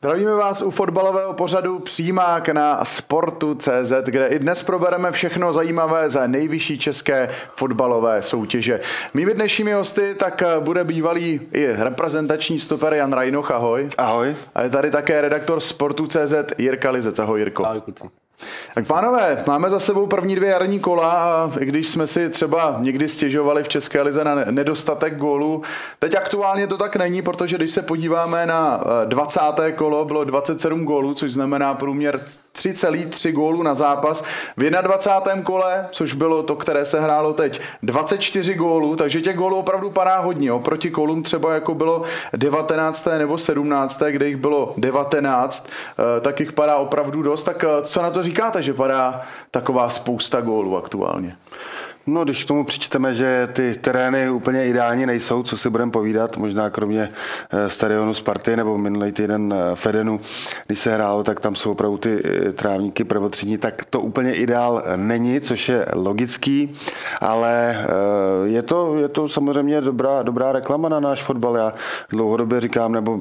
Zdravíme vás u fotbalového pořadu Přímák na Sportu.cz, kde i dnes probereme všechno zajímavé ze nejvyšší české fotbalové soutěže. Mými dnešními hosty tak bude bývalý i reprezentační stoper Jan Rajnoch, ahoj. Ahoj. A je tady také redaktor Sportu.cz Jirka Lizec, ahoj Jirko. Ahoj kluci. Tak pánové, máme za sebou první 2 jarní kola a i když jsme si třeba někdy stěžovali v České lize na nedostatek gólů, teď aktuálně to tak není, protože když se podíváme na 20. kolo, bylo 27 gólů, což znamená průměr 3,3 gólů na zápas. V 21. kole, což bylo to, které se hrálo teď, 24 gólů, takže těch gólů opravdu padá hodně. Oproti kolům třeba jako bylo 19. nebo 17., kde jich bylo 19, tak jich padá opravdu dost. Tak co na to říkáte, že padá taková spousta gólů aktuálně? No, když k tomu přičteme, že ty terény úplně ideální nejsou, co si budeme povídat, možná kromě stadionu Sparty nebo minulý týden Fedenu, když se hrálo, tak tam jsou opravdu ty trávníky prvotřídní, tak to úplně ideál není, což je logický, ale je to samozřejmě dobrá reklama na náš fotbal. Já dlouhodobě říkám, nebo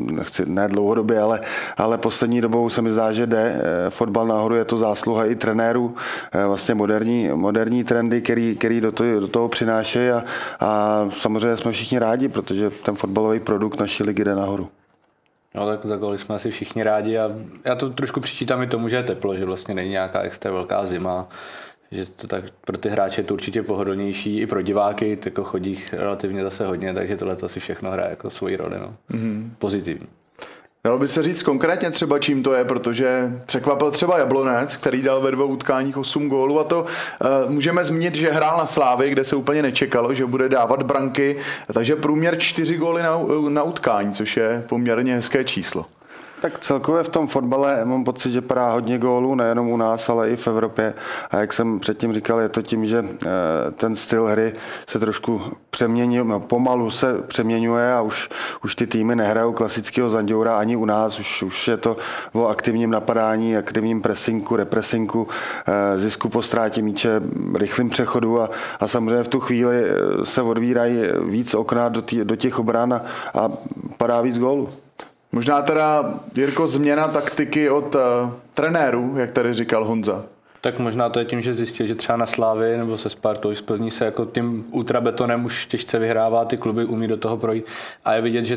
ne dlouhodobě, ale poslední dobou se mi zdá, že jde fotbal nahoru, je to zásluha i trenérů, vlastně moderní trendy, který do toho přinášejí a samozřejmě jsme všichni rádi, protože ten fotbalový produkt naší ligy jde nahoru. No tak za góly jsme asi všichni rádi a já to trošku přičítám i tomu, že je teplo, že vlastně není nějaká extra velká zima, že to tak pro ty hráče je to určitě pohodlnější, i pro diváky, jako chodí relativně zase hodně, takže tohle to asi všechno hraje jako svoji roli, no. Pozitivní. Dalo by se říct konkrétně třeba čím to je, protože překvapil třeba Jablonec, který dal ve 2 utkáních 8 gólů a to můžeme zmínit, že hrál na Slávii, kde se úplně nečekalo, že bude dávat branky, takže průměr 4 góly na utkání, což je poměrně hezké číslo. Tak celkově v tom fotbale mám pocit, že padá hodně gólů, nejenom u nás, ale i v Evropě. A jak jsem předtím říkal, je to tím, že ten styl hry se trošku přeměňuje, pomalu se přeměňuje a už ty týmy nehrajou klasického zanděura ani u nás. Už je to o aktivním napadání, aktivním pressingu, repressingu, zisku po ztrátě míče, rychlým přechodu a samozřejmě v tu chvíli se odvírají víc okna do těch obran a padá víc gólů. Možná teda, Jirko, změna taktiky od trenérů, jak tady říkal Honza. Tak možná to je tím, že zjistil, že třeba na Slávii nebo se Spartou z Plzní se jako tím ultrabetonem už těžce vyhrává, ty kluby umí do toho projít a je vidět, že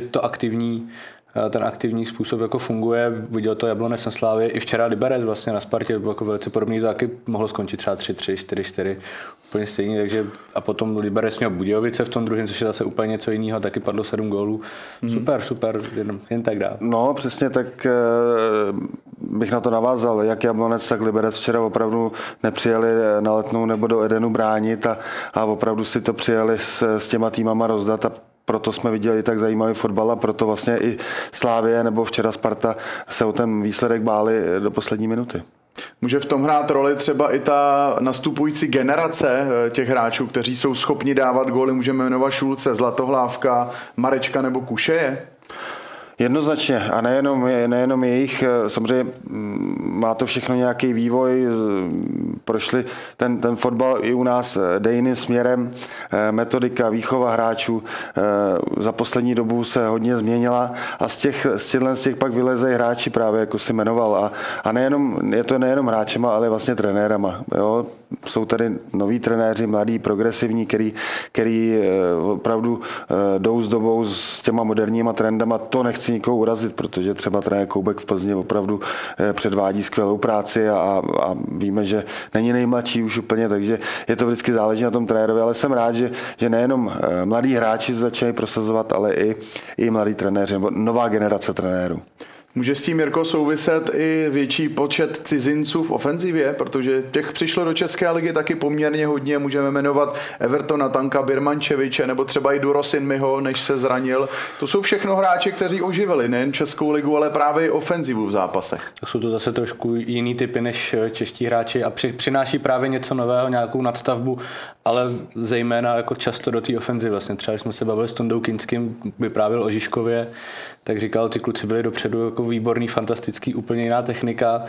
ten aktivní způsob jako funguje. Viděl to Jablonec na Slávii, i včera Liberec vlastně na Spartě, bylo jako velice podobný, to taky mohlo skončit třeba 3-3, 4-4, úplně stejný, takže a potom Liberec měl Budějovice v tom druhém, což je zase úplně něco jiného, taky padlo 7 gólů. Super, jen tak dál. No, přesně tak bych na to navázal, jak Jablonec, tak Liberec včera opravdu nepřijeli na Letnou nebo do Edenu bránit a opravdu si to přijeli s těma týmama rozdat a proto jsme viděli tak zajímavý fotbal a proto vlastně i Slávie nebo včera Sparta se o ten výsledek báli do poslední minuty. Může v tom hrát roli třeba i ta nastupující generace těch hráčů, kteří jsou schopni dávat góly, můžeme jmenovat Šulce, Zlatohlávka, Marečka nebo Kušeje? Jednoznačně a nejenom jejich, samozřejmě má to všechno nějaký vývoj, prošli ten fotbal i u nás jde jiným směrem, metodika, výchova hráčů za poslední dobu se hodně změnila a z těch pak vylezejí hráči právě, jako si jmenoval a je to nejenom hráčema, ale vlastně trenérama. Jo? Jsou tady noví trenéři, mladí, progresivní, který opravdu jdou s dobou s těma moderníma trendama, to nechci nikoho urazit, protože třeba trenér Koubek v Plzni opravdu předvádí skvělou práci a víme, že není nejmladší už úplně, takže je to vždycky záleží na tom trenérovi, ale jsem rád, že nejenom mladí hráči začínají prosazovat, ale i mladí trenéři, nebo nová generace trenérů. Může s tím, Jirko, souviset i větší počet cizinců v ofenzivě, protože těch přišlo do České ligy taky poměrně hodně, můžeme jmenovat Evertona, Tanka, Birmančeviče nebo třeba i Durosinmiho, než se zranil. To jsou všechno hráči, kteří oživili nejen Českou ligu, ale právě i ofenzivu v zápasech. Tak jsou to zase trošku jiný typy než čeští hráči a přináší právě něco nového, nějakou nadstavbu, ale zejména jako často do té ofenzivy. Vlastně třeba když jsme se bavili s Tondou Kinským, vyprávěl o Žižkově, tak říkal, ty kluci byli dopředu jako výborný, fantastický, úplně jiná technika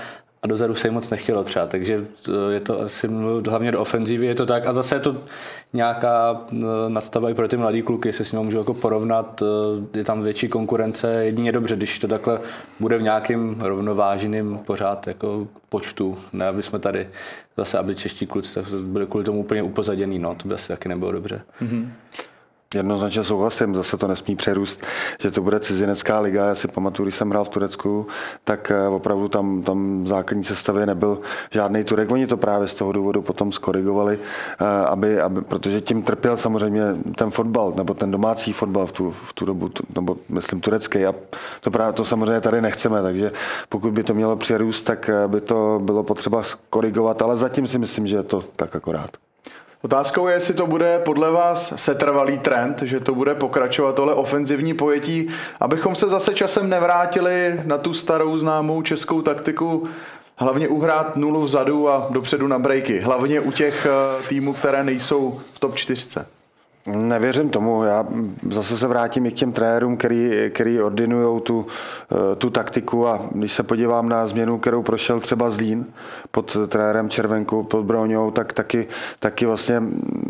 a dozadu se jim moc nechtělo třeba, takže je to asi hlavně do ofenzívy, je to tak a zase je to nějaká nadstava i pro ty mladý kluky, jestli s ním můžu jako porovnat, je tam větší konkurence, jedině dobře, když to takhle bude v nějakým rovnováženým pořád jako počtu, ne aby jsme tady zase, aby čeští kluci byli kvůli tomu úplně upozaděný, no, to by asi taky nebylo dobře. Mm-hmm. Jednoznačně souhlasím, zase to nesmí přerůst, že to bude cizinecká liga. Já si pamatuju, když jsem hrál v Turecku, tak opravdu tam v základní sestavě nebyl žádný Turek. Oni to právě z toho důvodu potom skorigovali, protože tím trpěl samozřejmě ten fotbal, nebo ten domácí fotbal v tu dobu, nebo myslím turecký. A to samozřejmě tady nechceme, takže pokud by to mělo přerůst, tak by to bylo potřeba skorigovat, ale zatím si myslím, že je to tak akorát. Otázkou je, jestli to bude podle vás setrvalý trend, že to bude pokračovat tohle ofenzivní pojetí, abychom se zase časem nevrátili na tu starou známou českou taktiku, hlavně uhrát nulu vzadu a dopředu na breaky, hlavně u těch týmů, které nejsou v top 4. Nevěřím tomu. Já zase se vrátím i k těm trenérům, který ordinujou tu taktiku a když se podívám na změnu, kterou prošel třeba Zlín pod trenérem Červenku, pod Broňou, tak taky vlastně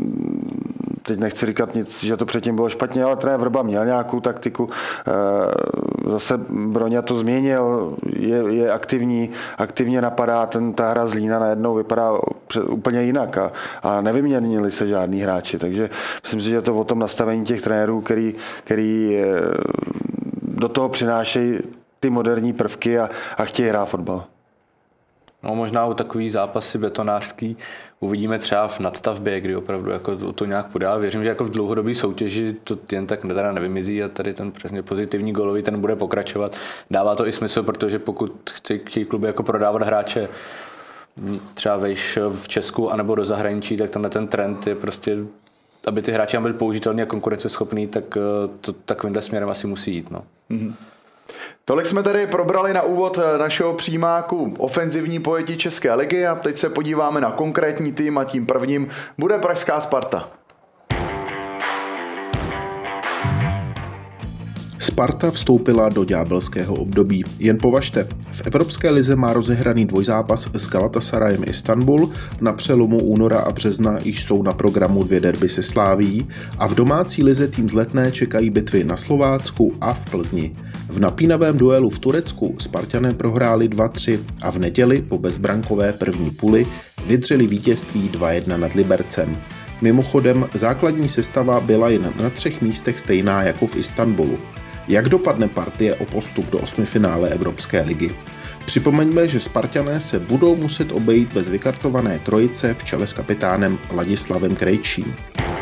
teď nechci říkat nic, že to předtím bylo špatně, ale trenér Vrba měl nějakou taktiku. Zase Broňa to změnil, je aktivně napadá, ta hra Zlína najednou vypadá úplně jinak a nevyměnili se žádní hráči, takže myslím si, že je to o tom nastavení těch trenérů, který do toho přinášejí ty moderní prvky a chtějí hrát fotbal. No, možná u takový zápasy betonářský uvidíme třeba v nadstavbě, kdy opravdu jako to nějak podá. Věřím, že jako v dlouhodobé soutěži to jen tak teda nevymizí a tady ten přesně pozitivní golový ten bude pokračovat. Dává to i smysl, protože pokud chtějí kluby jako prodávat hráče třeba vejš v Česku anebo do zahraničí, tak ten trend je prostě, aby ty hráči byli použitelní a konkurenceschopní, tak to takovýmhle směrem asi musí jít. No. Mm-hmm. Tolik jsme tady probrali na úvod našeho přímáku ofenzivní pojetí České ligy a teď se podíváme na konkrétní tým a tím prvním bude pražská Sparta. Sparta vstoupila do ďábelského období. Jen považte, v Evropské lize má rozehraný dvojzápas s Galatasarajem Istanbul, na přelomu února a března již jsou na programu 2 derby se Slavií a v domácí lize tým z Letné čekají bitvy na Slovácku a v Plzni. V napínavém duelu v Turecku Spartané prohráli 2-3 a v neděli po bezbrankové první půli vydřeli vítězství 2-1 nad Libercem. Mimochodem, základní sestava byla jen na 3 místech stejná jako v Istanbulu. Jak dopadne partie o postup do 8finále Evropské ligy? Připomeňme, že Spartané se budou muset obejít bez vykartované trojice v čele s kapitánem Ladislavem Krejčím.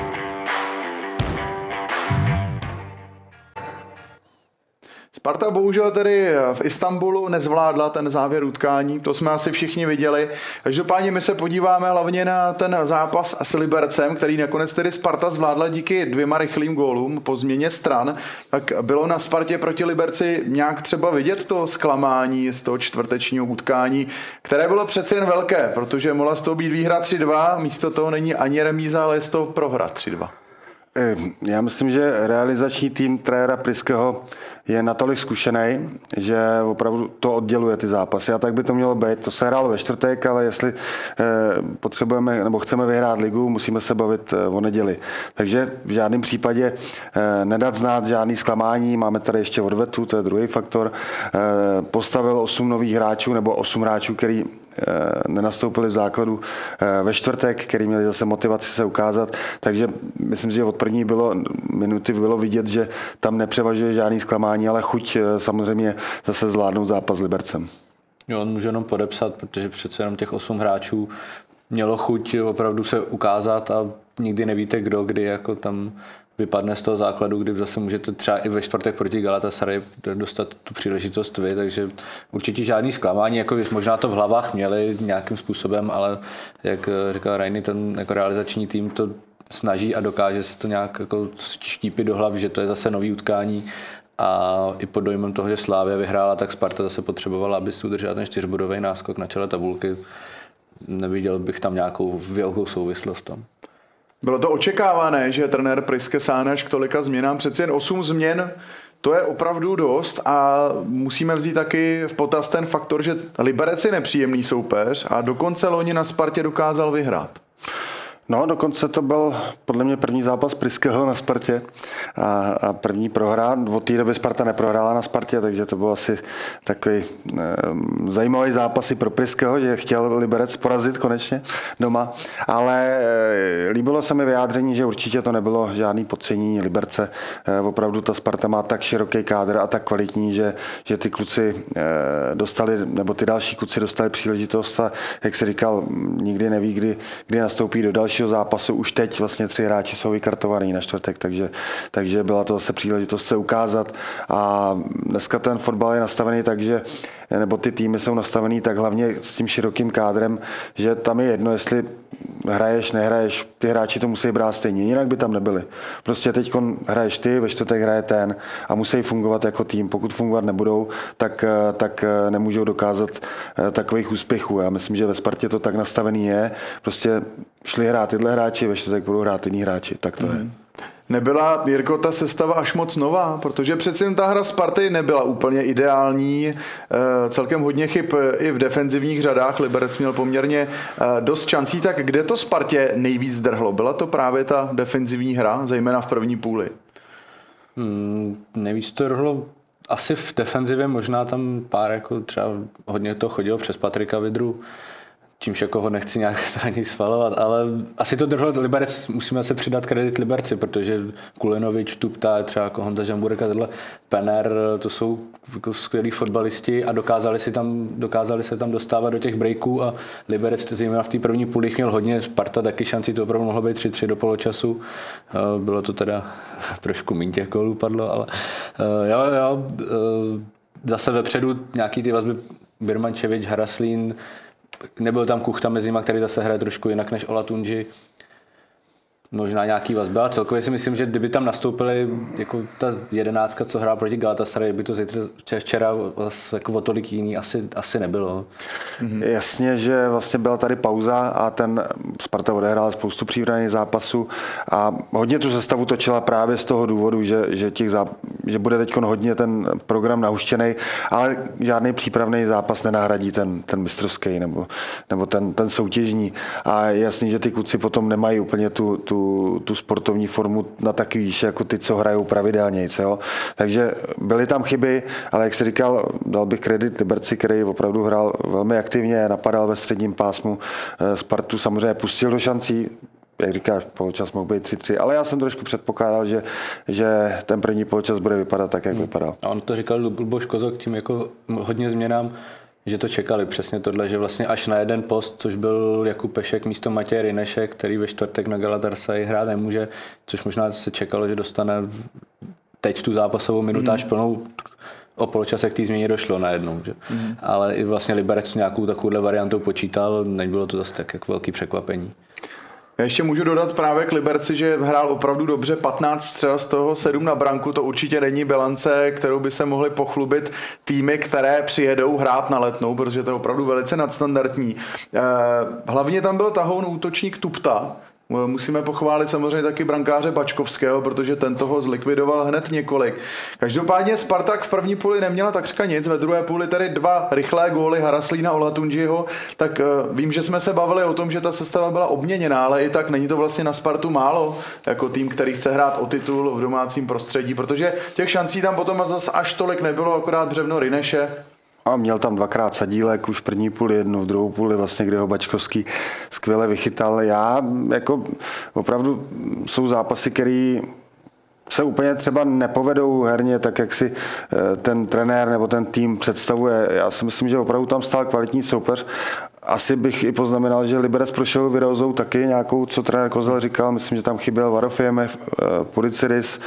Sparta bohužel tedy v Istanbulu nezvládla ten závěr utkání, to jsme asi všichni viděli. Každopádně my se podíváme hlavně na ten zápas s Libercem, který nakonec tedy Sparta zvládla díky 2 rychlým gólům po změně stran. Tak bylo na Spartě proti Liberci nějak třeba vidět to zklamání z toho čtvrtečního utkání, které bylo přece jen velké, protože mohla z toho být výhra 3-2, místo toho není ani remíza, ale je z toho prohra 3-2. Já myslím, že realizační tým trenéra Pryského je natolik zkušený, že opravdu to odděluje ty zápasy a tak by to mělo být. To se hrálo ve čtvrtek, ale jestli potřebujeme nebo chceme vyhrát ligu, musíme se bavit o neděli. Takže v žádném případě nedat znát žádný zklamání. Máme tady ještě odvetu, to je druhý faktor. Postavil 8 nových hráčů nebo 8 hráčů, který nenastoupili v základu ve čtvrtek, který měli zase motivaci se ukázat. Takže myslím, že od první minuty bylo vidět, že tam nepřevažuje žádný zklamání, ale chuť samozřejmě zase zvládnout zápas s Libercem. Jo, on může jenom podepsat, protože přece jenom těch 8 hráčů mělo chuť opravdu se ukázat a nikdy nevíte, kdy jako tam vypadne z toho základu, kdy zase můžete třeba i ve čtvrtek proti Galatasaray dostat tu příležitost vy, takže určitě žádný zklamání, jako možná to v hlavách měli nějakým způsobem, ale jak říkal Rajny, ten jako realizační tým to snaží a dokáže se to nějak jako štípit do hlav, že to je zase nový utkání a i pod dojmem toho, že Slavia vyhrála, tak Sparta zase potřebovala, aby si udržela ten 4bodový náskok na čele tabulky. Neviděl bych tam nějakou velkou souvislost tam. Bylo to očekávané, že trenér Pryske sáhne až k tolika změnám. Přeci jen 8 změn, to je opravdu dost a musíme vzít taky v potaz ten faktor, že Liberec je nepříjemný soupeř a dokonce loni na Spartě dokázal vyhrát. No, dokonce to byl podle mě první zápas Pryského na Spartě a první prohra. Od té doby Sparta neprohrála na Spartě, takže to byl asi takový zajímavý zápas i pro Pryského, že chtěl Liberec porazit konečně doma. Ale líbilo se mi vyjádření, že určitě to nebylo žádný podcenění Liberce. Opravdu ta Sparta má tak široký kádr a tak kvalitní, že ty kluci dostali, nebo ty další kluci dostali příležitost a jak se říkal, nikdy neví, kdy nastoupí do dalšího zápasu. Už teď vlastně 3 hráči jsou vykartovaní na čtvrtek, takže byla to zase příležitost se ukázat a dneska ten fotbal je nastavený tak, že nebo ty týmy jsou nastavený tak hlavně s tím širokým kádrem, že tam je jedno, jestli hraješ, nehraješ, ty hráči to musí brát stejně, jinak by tam nebyli. Prostě teď hraješ ty, ve čtvrtek hraje ten a musí fungovat jako tým. Pokud fungovat nebudou, tak nemůžou dokázat takových úspěchů. Já myslím, že ve Spartě to tak nastavený je. Prostě šli hrát tyhle hráči, ve čtvrtek budou hrát jiní hráči. Tak to je. Nebyla, Jirko, ta sestava až moc nová, protože přeci jen ta hra Sparty nebyla úplně ideální, celkem hodně chyb i v defenzivních řadách, Liberec měl poměrně dost šancí, tak kde to Spartě nejvíc drhlo? Byla to právě ta defenzivní hra, zejména v první půli? Nejvíc to drhlo asi v defenzivě, možná tam pár, jako třeba hodně to chodilo přes Patrika Vydru, čímž jako ho nechci nějak ani svalovat, ale asi to drhlo Liberec, musíme se přidat kredit Liberci, protože Kulinovič, Tupta, třeba jako Honza Žamburek a tenhle Penner, to jsou jako skvělí fotbalisti a dokázali se tam dostávat do těch breaků a Liberec zejména v té první půli měl hodně, Sparta taky šanci, to opravdu mohlo být 3-3 do poločasu, bylo to teda trošku míň těch gólů padlo, ale jo, zase vepředu nějaký ty vazby Birmančevič, Haraslín, nebyl tam Kuchta mezi nimi, který zase hraje trošku jinak než Olatunji. Možná nějaký vazby, ale celkově si myslím, že kdyby tam nastoupili jako ta 11, co hrál proti Galatasaray, by to včera jako o tolik jiný asi nebylo. Jasně, že vlastně byla tady pauza a ten Sparta odehrál spoustu přípravných zápasů a hodně tu sestavu točila právě z toho důvodu, že bude teď hodně ten program nahuštěný, ale žádný přípravný zápas nenahradí ten mistrovský nebo ten soutěžní. A je jasný, že ty kluci potom nemají úplně tu sportovní formu na takový výši, jako ty, co hrajou pravidelně. Jo? Takže byly tam chyby, ale jak jsi říkal, dal bych kredit Liberci, který opravdu hrál velmi aktivně, napadal ve středním pásmu. Spartu samozřejmě pustil do šancí, jak říkáš, poločas mohl být 3-3, ale já jsem trošku předpokládal, že ten první poločas bude vypadat tak, jak vypadal. A on to říkal Luboš Kozok tím jako hodně změnám, že to čekali přesně tohle, že vlastně až na jeden post, což byl Jakub Pešek místo Matěje Rynešek, který ve čtvrtek na Galatasaray hrát nemůže, což možná se čekalo, že dostane teď tu zápasovou minutáž plnou, o poločase k té změně došlo najednou. Že? Ale i vlastně Liberec nějakou takovouhle variantou počítal, nebylo to zase tak jako velký překvapení. Já ještě můžu dodat právě k Liberci, že hrál opravdu dobře, 15 střel, z toho 7 na branku, to určitě není bilance, kterou by se mohly pochlubit týmy, které přijedou hrát na Letnou, protože to je opravdu velice nadstandardní. Hlavně tam byl tahoun útočník Tupta. Musíme pochválit samozřejmě taky brankáře Bačkovského, protože ten toho zlikvidoval hned několik. Každopádně Spartak v první půli neměla takřka nic, ve druhé půli tady 2 rychlé góly Haraslína Olatunjiho, tak vím, že jsme se bavili o tom, že ta sestava byla obměněná, ale i tak není to vlastně na Spartu málo, jako tým, který chce hrát o titul v domácím prostředí, protože těch šancí tam potom zase až tolik nebylo, akorát břevno Ryneše. A měl tam 2krát Sadílek, už v první půli jednu, v druhou půli vlastně, kde ho Bačkovský skvěle vychytal. Já jako opravdu jsou zápasy, které se úplně třeba nepovedou herně, tak jak si ten trenér nebo ten tým představuje. Já si myslím, že opravdu tam stál kvalitní soupeř. Asi bych i poznamenal, že Liberec prošel Virozou taky nějakou, co trenér Kozel říkal, myslím, že tam chyběl Varofieme, Policidis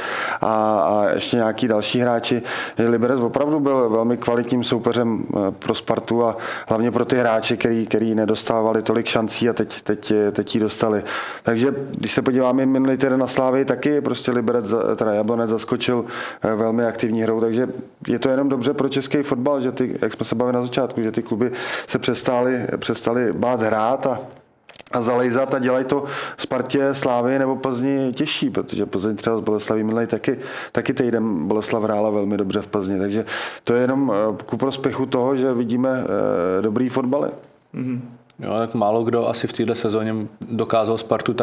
a ještě nějaký další hráči. Liberec opravdu byl velmi kvalitním soupeřem pro Spartu a hlavně pro ty hráči, který nedostávali tolik šancí a teď ji dostali. Takže když se podíváme minulý týden na Slávii, taky prostě Liberec, teda Jablonec zaskočil velmi aktivní hrou, takže je to jenom dobře pro český fotbal, že jak jsme se bavili na začátku, že ty kluby se přestali bát hrát a zalejzat a dělají to Spartě, Slávy nebo Plzni těžší, protože Plzeň třeba z Boleslaví minulý taky týden Boleslav hrála velmi dobře v Plzni, takže to je jenom ku prospěchu toho, že vidíme dobrý fotbaly. Jo, tak málo kdo asi v této sezóně dokázal Spartu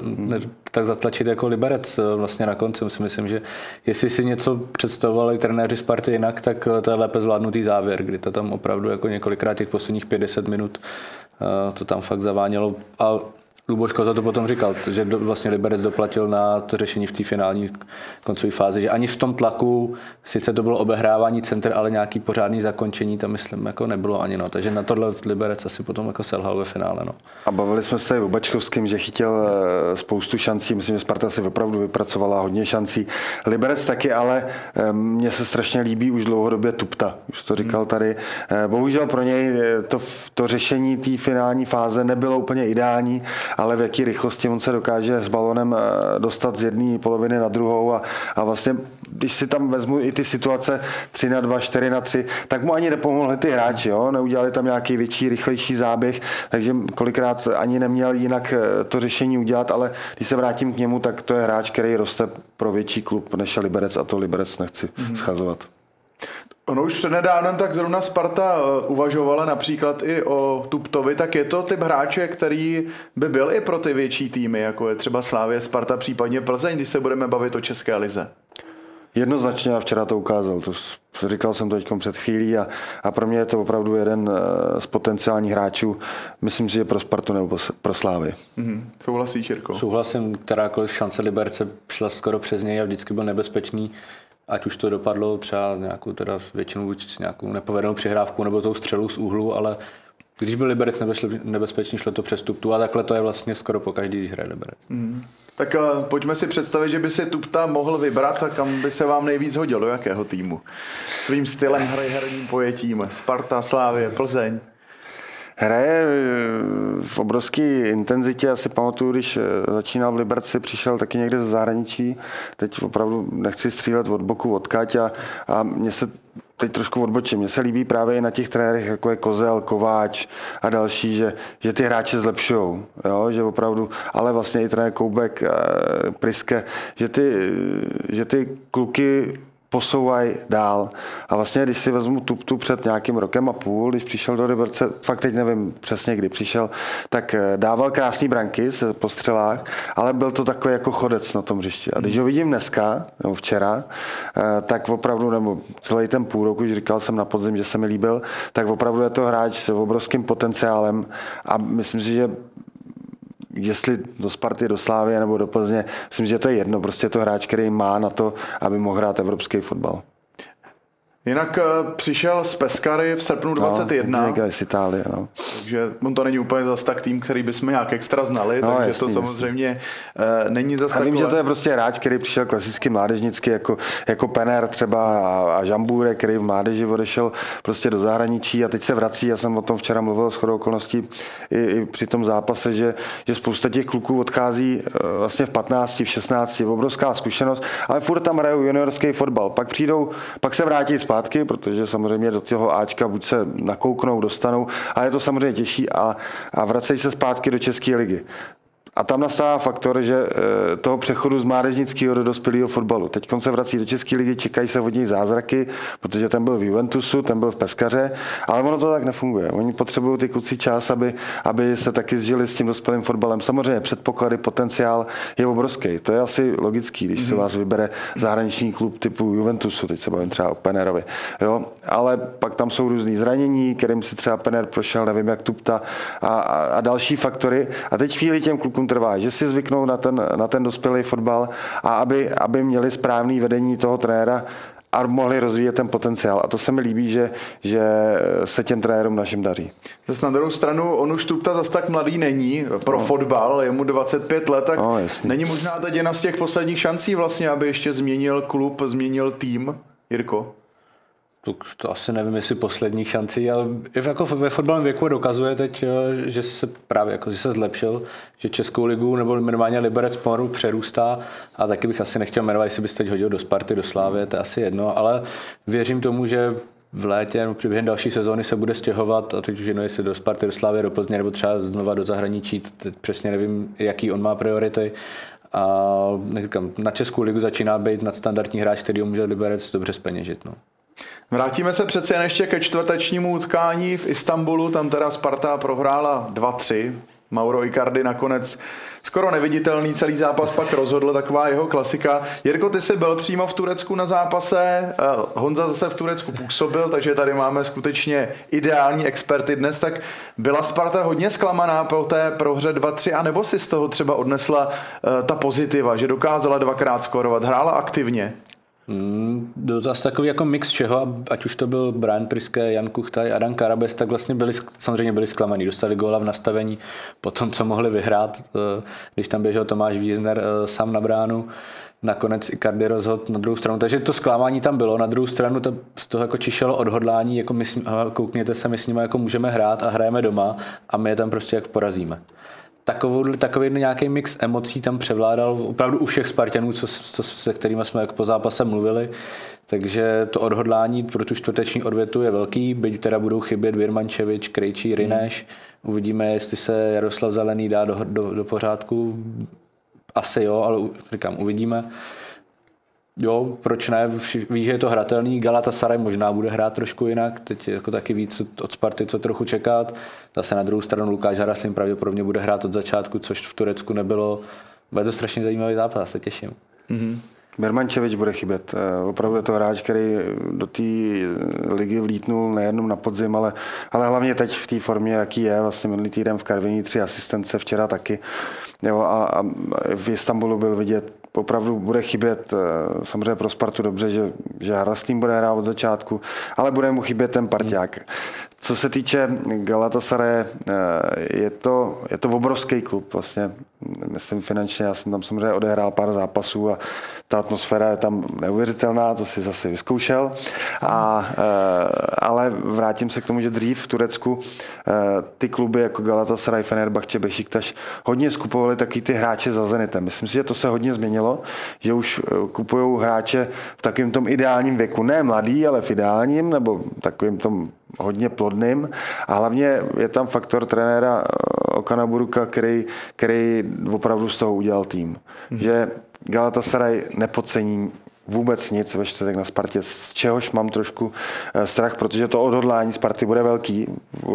tak zatlačit jako Liberec vlastně na konci. Myslím, že jestli si něco představovali trenéři Sparty jinak, tak to je lépe zvládnutý závěr, kdy to tam opravdu jako několikrát těch posledních 50 minut to tam fakt zavánělo. A Luboš Koza to potom říkal, že vlastně Liberec doplatil na to řešení v té finální koncové fázi, že ani v tom tlaku, sice to bylo obehrávání center, ale nějaký pořádný zakončení tam myslím jako nebylo ani, no. Takže na tohle Liberec asi potom jako selhal ve finále, no. A bavili jsme se tady o Bačkovském, že chytil spoustu šancí, myslím, že Sparta si opravdu vypracovala hodně šancí. Liberec taky, ale mně se strašně líbí už dlouhodobě Tupta, už to říkal tady. Bohužel pro něj to řešení té finální fáze nebylo úplně ideální, ale v jaký rychlosti on se dokáže s balonem dostat z jedné poloviny na druhou a vlastně, když si tam vezmu i ty situace 3-2, 4-3, tak mu ani nepomohli ty hráči, jo? Neudělali tam nějaký větší, rychlejší záběh, takže kolikrát ani neměl jinak to řešení udělat, ale když se vrátím k němu, tak to je hráč, který roste pro větší klub než je Liberec a to Liberec nechci schazovat. Ono už přednedávnem tak zrovna Sparta uvažovala například i o Tuptovi, tak je to typ hráče, který by byl i pro ty větší týmy, jako je třeba Slavie, Sparta, případně Plzeň, když se budeme bavit o České lize. Jednoznačně a včera to ukázal, říkal jsem to teď před chvílí a pro mě je to opravdu jeden z potenciálních hráčů, myslím si, že pro Spartu nebo pro Slávy. Souhlasíš, Jirko? Souhlasím, kterákoliv šance Liberce šla skoro přes něj a vždycky byl nebezpečný. Ať už to dopadlo třeba nějakou teda většinou buď nějakou nepovedenou přihrávku nebo tou střelu z úhlu, ale když byl Liberec nebezpečný, šlo to přes Tuptu a takhle to je vlastně skoro po každý, když hraje Liberec. Tak pojďme si představit, že by si Tupta mohl vybrat a kam by se vám nejvíc hodil, do jakého týmu? Svým stylem hry, herním pojetím. Sparta, Slávie, Plzeň. Hraje v obrovské intenzitě, asi pamatuju, když začínal v Liberci, přišel taky někde ze zahraničí, teď opravdu nechci střílet od boku, odkaď a mně se teď trošku odbočím. Mně se líbí právě i na těch trenérech, jako je Kozel, Kováč a další, že ty hráče zlepšujou, jo? Že opravdu, ale vlastně i trenér Koubek, Priske, že ty kluky posouvají dál. A vlastně, když si vezmu Tuptu před nějakým rokem a půl, když přišel do Liberce, fakt teď nevím přesně, kdy přišel, tak dával krásný branky se po střelách, ale byl to takový jako chodec na tom hřišti. A když ho vidím dneska, nebo včera, tak opravdu, nebo celý ten půl roku, už říkal jsem na podzim, že se mi líbil, tak opravdu je to hráč s obrovským potenciálem a myslím si, že jestli do Sparty, do Slávie nebo do Plzně, myslím, že to je jedno. Prostě je to hráč, který má na to, aby mohl hrát evropský fotbal. Jinak přišel z Pescary v srpnu 21. No, z Itálie, no. Takže on to není úplně zas tak tým, který bychom nějak extra znali, no, takže jasný, to samozřejmě není zas takové. A vím, takové. že to je prostě hráč, který přišel klasicky mládežnicky, jako Penner třeba a Žambůre, který v mládeži odešel prostě do zahraničí a teď se vrací. Já jsem o tom včera mluvil shodou okolností i při tom zápase, že spousta těch kluků odchází vlastně v 15, v 16, obrovská zkušenost, ale furt tam hrajou juniorský fotbal. Pak se vrátí zpátky, protože samozřejmě do toho Ačka buď se nakouknou, dostanou, ale je to samozřejmě těžší a vracejí se zpátky do České ligy. A tam nastává faktor, že toho přechodu z mládežnického do dospělého fotbalu. Teď se vrací do České ligy, čekají se od něj zázraky, protože ten byl v Juventusu, ten byl v Pescaře, ale ono to tak nefunguje. Oni potřebují ty kluci čas, aby se taky zžili s tím dospělým fotbalem. Samozřejmě předpoklady, potenciál je obrovský. To je asi logický, když se vás vybere zahraniční klub typu Juventusu, teď se bavím třeba o Pennerovi. Jo? Ale pak tam jsou různý zranění, kterým si třeba Penner prošel, nevím jak Tupta a další faktory. A teď chvíli těm klukům trvá, že si zvyknou na ten dospělý fotbal a aby měli správný vedení toho trenéra a mohli rozvíjet ten potenciál. A to se mi líbí, že se těm trenérům našim daří. Zase na druhou stranu, on už Tupta zas tak mladý není pro fotbal, je mu 25 let, tak není možná teď jedna z těch posledních šancí vlastně, aby ještě změnil klub, změnil tým, Jirko? To asi nevím, jestli posledních šancí, ale jako ve fotbalovém věku dokazuje teď, že se právě že se zlepšil, že Českou ligu nebo minimálně Liberec pomalu přerůstá a taky bych asi nechtěl jmenovat, jestli byste teď hodil do Sparty, do Slávie, to je asi jedno, ale věřím tomu, že v létě nebo během další sezóny se bude stěhovat a teď už jedno, jestli do Sparty, do Slávy, do Plzně nebo třeba znova do zahraničí, teď přesně nevím, jaký on má priority. A říkám, na Českou ligu začíná být nadstandardní hráč, který ho může Liberec dobře zpeněžit. No. Vrátíme se přece jen ještě ke čtvrtečnímu utkání v Istanbulu, tam teda Sparta prohrála 2-3. Mauro Icardi nakonec skoro neviditelný celý zápas pak rozhodl, taková jeho klasika. Jirko, ty jsi byl přímo v Turecku na zápase, Honza zase v Turecku působil, takže tady máme skutečně ideální experty dnes. Tak byla Sparta hodně zklamaná po té prohře 2-3, anebo si z toho třeba odnesla ta pozitiva, že dokázala dvakrát skórovat, hrála aktivně? Zase takový jako mix čeho, ať už to byl Brian Priske, Jan Kuchtaj, Adam Karabes, tak vlastně samozřejmě byli zklamaní. Dostali góla v nastavení po tom, co mohli vyhrát, když tam běžel Tomáš Wiesner sám na bránu. Nakonec Icardi rozhodl na druhou stranu, takže to zklamání tam bylo. Na druhou stranu to z toho jako čišelo odhodlání, jako koukněte se, my s nimi jako můžeme hrát a hrajeme doma a my je tam prostě jak porazíme. Takový nějaký mix emocí tam převládal opravdu u všech Spartanů, se kterými jsme po zápase mluvili, takže to odhodlání pro tu čtvrteční odvětu je velký, byť teda budou chybět Virmančevič, Krejčí, Rineš, uvidíme, jestli se Jaroslav Zelený dá do pořádku, asi jo, ale říkám, uvidíme. Jo, proč ne, ví, že je to hratelný, Galatasaray možná bude hrát trošku jinak, teď jako taky víc od Sparty, co trochu čekat, zase na druhou stranu Lukáš Haraslín pravděpodobně bude hrát od začátku, což v Turecku nebylo, bude to strašně zajímavý zápas, se těším. Mm-hmm. Birmančevič bude chybět. Opravdu je to hráč, který do té ligy vlítnul nejenom na podzim, ale hlavně teď v té formě, jaký je. Vlastně minulý týden v Karviní 3 asistence, včera taky. Jo, a v Istanbulu byl vidět, opravdu bude chybět samozřejmě pro Spartu dobře, že Haraslín bude hrát od začátku, ale bude mu chybět ten parťák. Co se týče Galatasaraje, je to obrovský klub. Vlastně, myslím finančně, já jsem tam samozřejmě odehrál pár zápasů a ta atmosféra je tam neuvěřitelná, to si zase vyzkoušel. Ale vrátím se k tomu, že dřív v Turecku ty kluby jako Galatasaray, Fenerbahce, Beşiktaş hodně skupovali taky ty hráče za Zenitem. Myslím si, že to se hodně změnilo, že už kupují hráče v takovém tom ideálním věku. Ne mladý, ale v ideálním, nebo takovým tom hodně plodným. A hlavně je tam faktor trenéra Okana Buruka, který opravdu z toho udělal tým. Že Galatasaray nepodcení vůbec nic ve čtvrtek na Spartě, z čehož mám trošku strach, protože to odhodlání Sparty bude velký.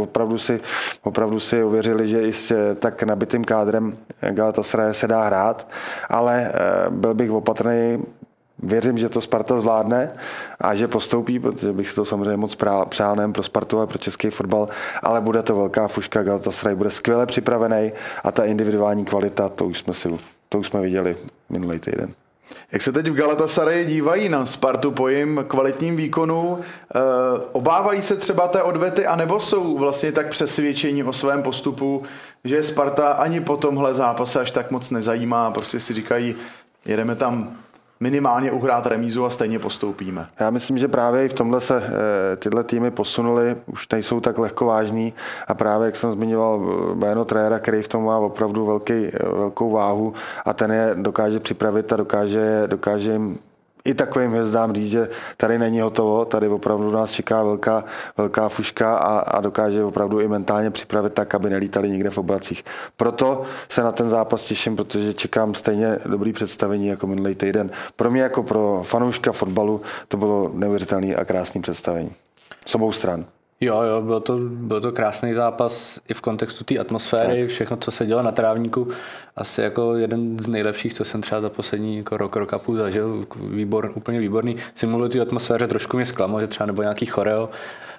Opravdu si uvěřili, že i s tak nabitým kádrem Galatasaray se dá hrát, ale byl bych opatrný. Věřím, že to Sparta zvládne a že postoupí, protože bych si to samozřejmě moc přál nejen pro Spartu, ale pro český fotbal, ale bude to velká fuška. Galatasaray bude skvěle připravený a ta individuální kvalita, to už jsme viděli minulý týden. Jak se teď v Galatasaray dívají na Spartu po jejím kvalitním výkonu? Obávají se třeba té odvety, anebo jsou vlastně tak přesvědčení o svém postupu, že Sparta ani po tomhle zápase až tak moc nezajímá, prostě si říkají, jedeme tam minimálně uhrát remízu a stejně postoupíme. Já myslím, že právě i v tomhle se tyhle týmy posunuly, už nejsou tak lehkovážní a právě, jak jsem zmiňoval, jméno trenéra, který v tom má opravdu velkou váhu a ten je dokáže připravit a dokáže jim i takovým hvězdám říct, že tady není hotovo, tady opravdu nás čeká velká fuška a dokáže opravdu i mentálně připravit tak, aby nelítali nikde v oblacích. Proto se na ten zápas těším, protože čekám stejně dobrý představení jako minulý týden. Pro mě jako pro fanouška fotbalu to bylo neuvěřitelné a krásné představení. S obou stran. Jo, byl to krásný zápas i v kontextu té atmosféry, tak. Všechno, co se dělo na trávníku, asi jako jeden z nejlepších, co jsem třeba za poslední jako rok a půl zažil, úplně výborný. Si mluvil o té atmosféře, trošku mě zklamalo, že třeba nebo nějaký choreo,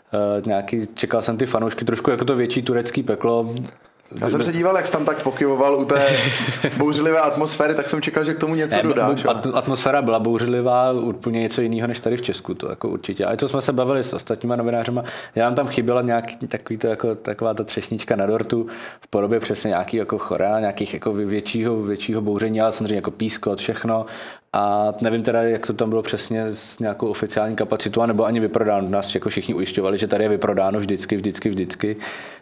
čekal jsem ty fanoušky, trošku jako to větší turecký peklo. Já jsem se díval, jak jsi tam tak pokyvoval u té bouřlivé atmosféry, tak jsem čekal, že k tomu něco dodáš. Atmosféra byla bouřlivá, úplně něco jiného než tady v Česku, to jako určitě. Ale to jsme se bavili s ostatníma novinářema. Nám tam chyběla taková ta třešnička na dortu v podobě přesně nějaký jako chora, nějakých jako většího bouření, ale samozřejmě jako pískot, všechno. A nevím teda, jak to tam bylo přesně s nějakou oficiální kapacitou, nebo ani vyprodáno. Nás jako všichni ujišťovali, že tady je vyprodáno vždycky.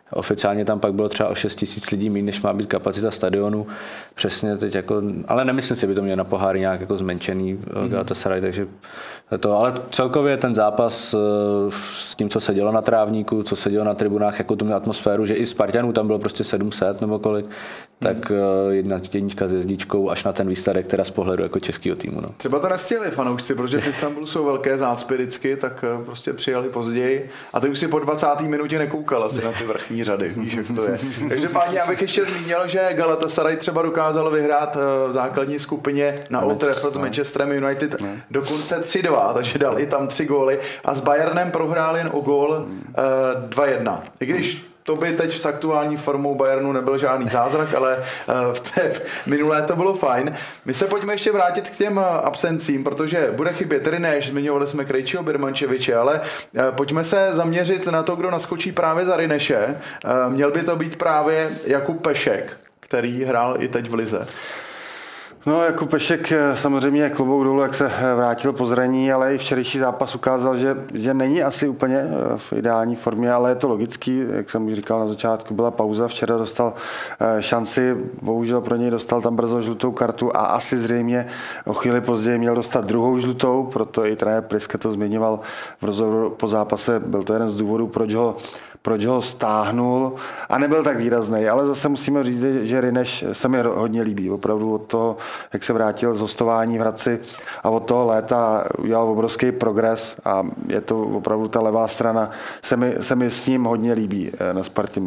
Oficiálně tam pak bylo třeba o 6 000 lidí méně, než má být kapacita stadionu. Přesně teď jako, ale nemyslím si, by to mělo na poháry nějak jako zmenšený Galatasaray, takže to, ale celkově ten zápas s tím, co se dělo na trávníku, co se dělo na tribunách, jako tu měl atmosféru, že i Spartanů tam bylo prostě 700 nebo kolik, tak jednička s hvězdičkou až na ten výsledek, teda z pohledu jako českého týmu. No. Třeba to nestihli fanoušci, protože v Istanbulu jsou velké zácpy vždycky, tak prostě přijeli později a ty už si po 20. minutě nekoukal asi na ty vrchní řady, víš, jak to je. Takže páni, abych ještě zmínil, že Galatasaray třeba dokázal vyhrát v základní skupině na Old Trafford s Manchesterem United dokonce 3-2, takže dal i tam 3 góly a s Bayernem prohrál jen o gól 2-1. I když to by teď s aktuální formou Bayernu nebyl žádný zázrak, ale v té minulé to bylo fajn. My se pojďme ještě vrátit k těm absencím, protože bude chybět Rineš, zmiňovali jsme Krejčího, Birmančeviče, ale pojďme se zaměřit na to, kdo naskočí právě za Rineše. Měl by to být právě Jakub Pešek, který hrál i teď v lize. No, Jakub Pešek samozřejmě klobouk dolů, jak se vrátil po zranění, ale i včerejší zápas ukázal, že není asi úplně v ideální formě, ale je to logický, jak jsem už říkal na začátku, byla pauza, včera dostal šanci, bohužel pro něj dostal tam brzo žlutou kartu a asi zřejmě o chvíli později měl dostat druhou žlutou, proto i trenér Priske to zmiňoval v rozhovoru po zápase, byl to jeden z důvodů, proč ho stáhnul a nebyl tak výrazný, ale zase musíme říct, že Rineš se mi hodně líbí, opravdu od toho, jak se vrátil z hostování v Hradci a od toho léta udělal obrovský progres a je to opravdu ta levá strana, se mi s ním hodně líbí na Spartě.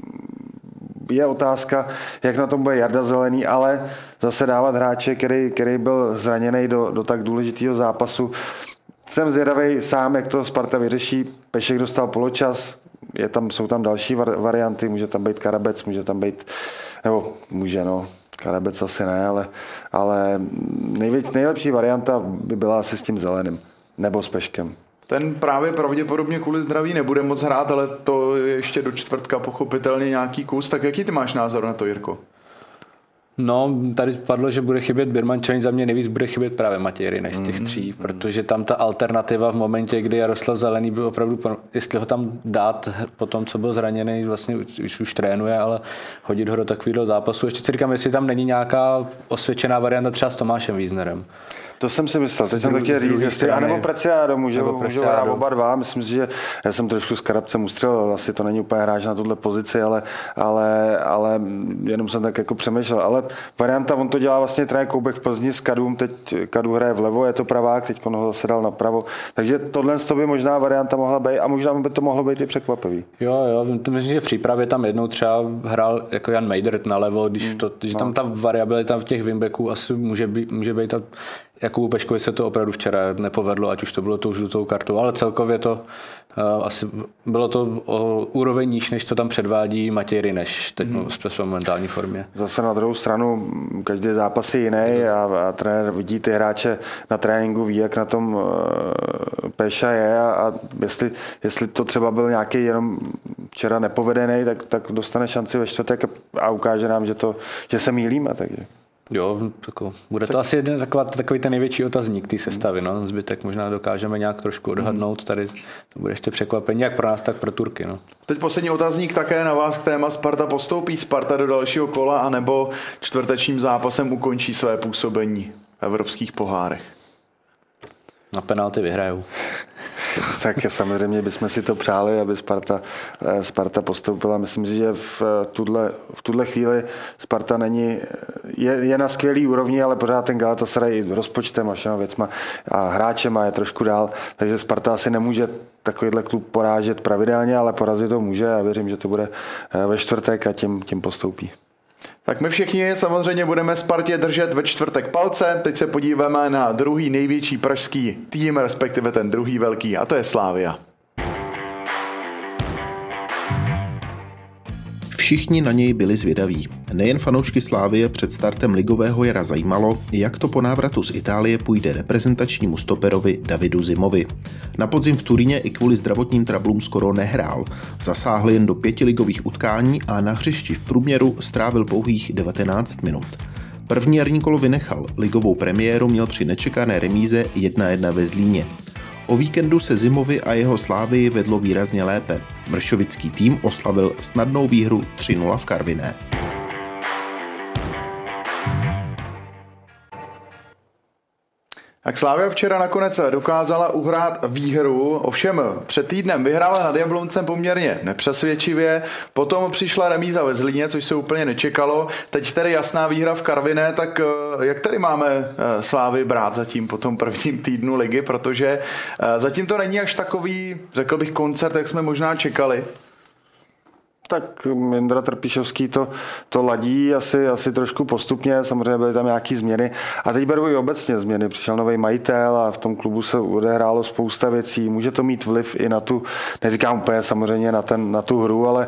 Je otázka, jak na tom bude Jarda Zelený, ale zase dávat hráče, který byl zraněný do tak důležitého zápasu. Jsem zvědavej sám, jak to Sparta vyřeší. Pešek dostal poločas, jsou tam další varianty, může tam být Karabec, může tam být, Karabec asi ne, ale nejlepší varianta by byla asi s tím Zeleným, nebo s Peškem. Ten právě pravděpodobně kvůli zdraví nebude moc hrát, ale to je ještě do čtvrtka pochopitelně nějaký kus. Tak jaký ty máš názor na to, Jirko? No, tady padlo, že bude chybět Birmančevič, za mě nejvíc bude chybět právě Matěj Rineš z těch 3, protože tam ta alternativa v momentě, kdy Jaroslav Zelený byl opravdu, jestli ho tam dát po tom, co byl zraněný, vlastně už trénuje, ale hodit ho do takového zápasu. Ještě si říkám, jestli tam není nějaká osvědčená varianta třeba s Tomášem Wiesnerem. To jsem si myslel, teď jsem to chtěl říct, jestli anebo Preciado můžou hrát oba dva, myslím si, že já jsem trošku s Karabcem ustřelil, asi to není úplně hráč na tuhle pozici, ale jenom jsem tak jako přemýšlel, ale varianta, on to dělá vlastně trenér Koubek v Plzni s Kadům, teď Kadu hraje vlevo, je to pravák, teď on ho zase dal napravo, takže tohle by možná varianta mohla být a možná by to mohlo být i překvapivý. Jo, myslím, že v přípravě tam jednou třeba hrál jako Jan Mejdert nalevo, že tam ta variabilita v těch wingbacků asi může být Jakubu Peškovi se to opravdu včera nepovedlo, ať už to bylo tou žlutou kartou, ale celkově to asi bylo to o úroveň níž, než to tam předvádí Matěj Rineš teď ve své momentální formě. Zase na druhou stranu každý zápas je jiný a trenér vidí ty hráče na tréninku, ví, jak na tom Peša je a jestli to třeba byl nějaký jenom včera nepovedený, tak dostane šanci ve čtvrtek a ukáže nám, že se mýlíme. Takže. Jo, bude to asi takový ten největší otazník té sestavy. No. Zbytek možná dokážeme nějak trošku odhadnout. Tady to bude ještě překvapení, jak pro nás, tak pro Turky. No. Teď poslední otazník také na vás k téma Sparta. Postoupí Sparta do dalšího kola anebo čtvrtečním zápasem ukončí své působení v evropských pohárech? Na penalty vyhrajou. Tak samozřejmě bychom si to přáli, aby Sparta postoupila. Myslím si, že v tuhle chvíli Sparta je na skvělý úrovni, ale pořád ten Galatasaray i rozpočtem a všema věcma a hráčema je trošku dál, takže Sparta asi nemůže takovýhle klub porážet pravidelně, ale porazit to může a věřím, že to bude ve čtvrtek a tím postoupí. Tak my všichni samozřejmě budeme Spartě držet ve čtvrtek palce. Teď se podíváme na druhý největší pražský tým, respektive ten druhý velký, a to je Slavia. Všichni na něj byli zvědaví. Nejen fanoušky Slavie před startem ligového jara zajímalo, jak to po návratu z Itálie půjde reprezentačnímu stoperovi Davidu Zimovi. Na podzim v Turíně i kvůli zdravotním trablům skoro nehrál. Zasáhl jen do 5 ligových utkání a na hřišti v průměru strávil pouhých 19 minut. První jarní kolo vynechal, ligovou premiéru měl při nečekané remíze 1-1 ve Zlíně. O víkendu se Zimovi a jeho Slávii vedlo výrazně lépe. Vršovický tým oslavil snadnou výhru 3-0 v Karviné. Tak Slavia včera nakonec dokázala uhrát výhru, ovšem před týdnem vyhrála nad Jabloncem poměrně nepřesvědčivě, potom přišla remíza ve Zlíně, což se úplně nečekalo, teď tedy jasná výhra v Karviné, tak jak tady máme Slávy brát zatím po tom prvním týdnu ligy, protože zatím to není až takový, řekl bych, koncert, jak jsme možná čekali. Tak Jindra Trpišovský to ladí asi trošku postupně, samozřejmě byly tam nějaké změny a teď beru i obecně změny, přišel nový majitel a v tom klubu se odehrálo spousta věcí, může to mít vliv i na tu, neříkám úplně samozřejmě na tu hru, ale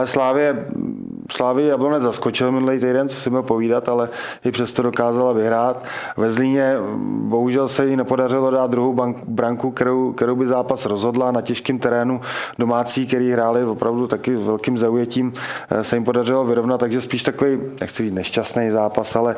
Slávy Jablonec zaskočil minulý týden, co si měl povídat, ale i přesto dokázala vyhrát. Ve Zlíně bohužel se jí nepodařilo dát druhou branku, kterou by zápas rozhodla na těžkém terénu domácí, který hráli opravdu taky s velkým zaujetím, se jim podařilo vyrovnat, takže spíš takový, nechci říct nešťastný zápas, ale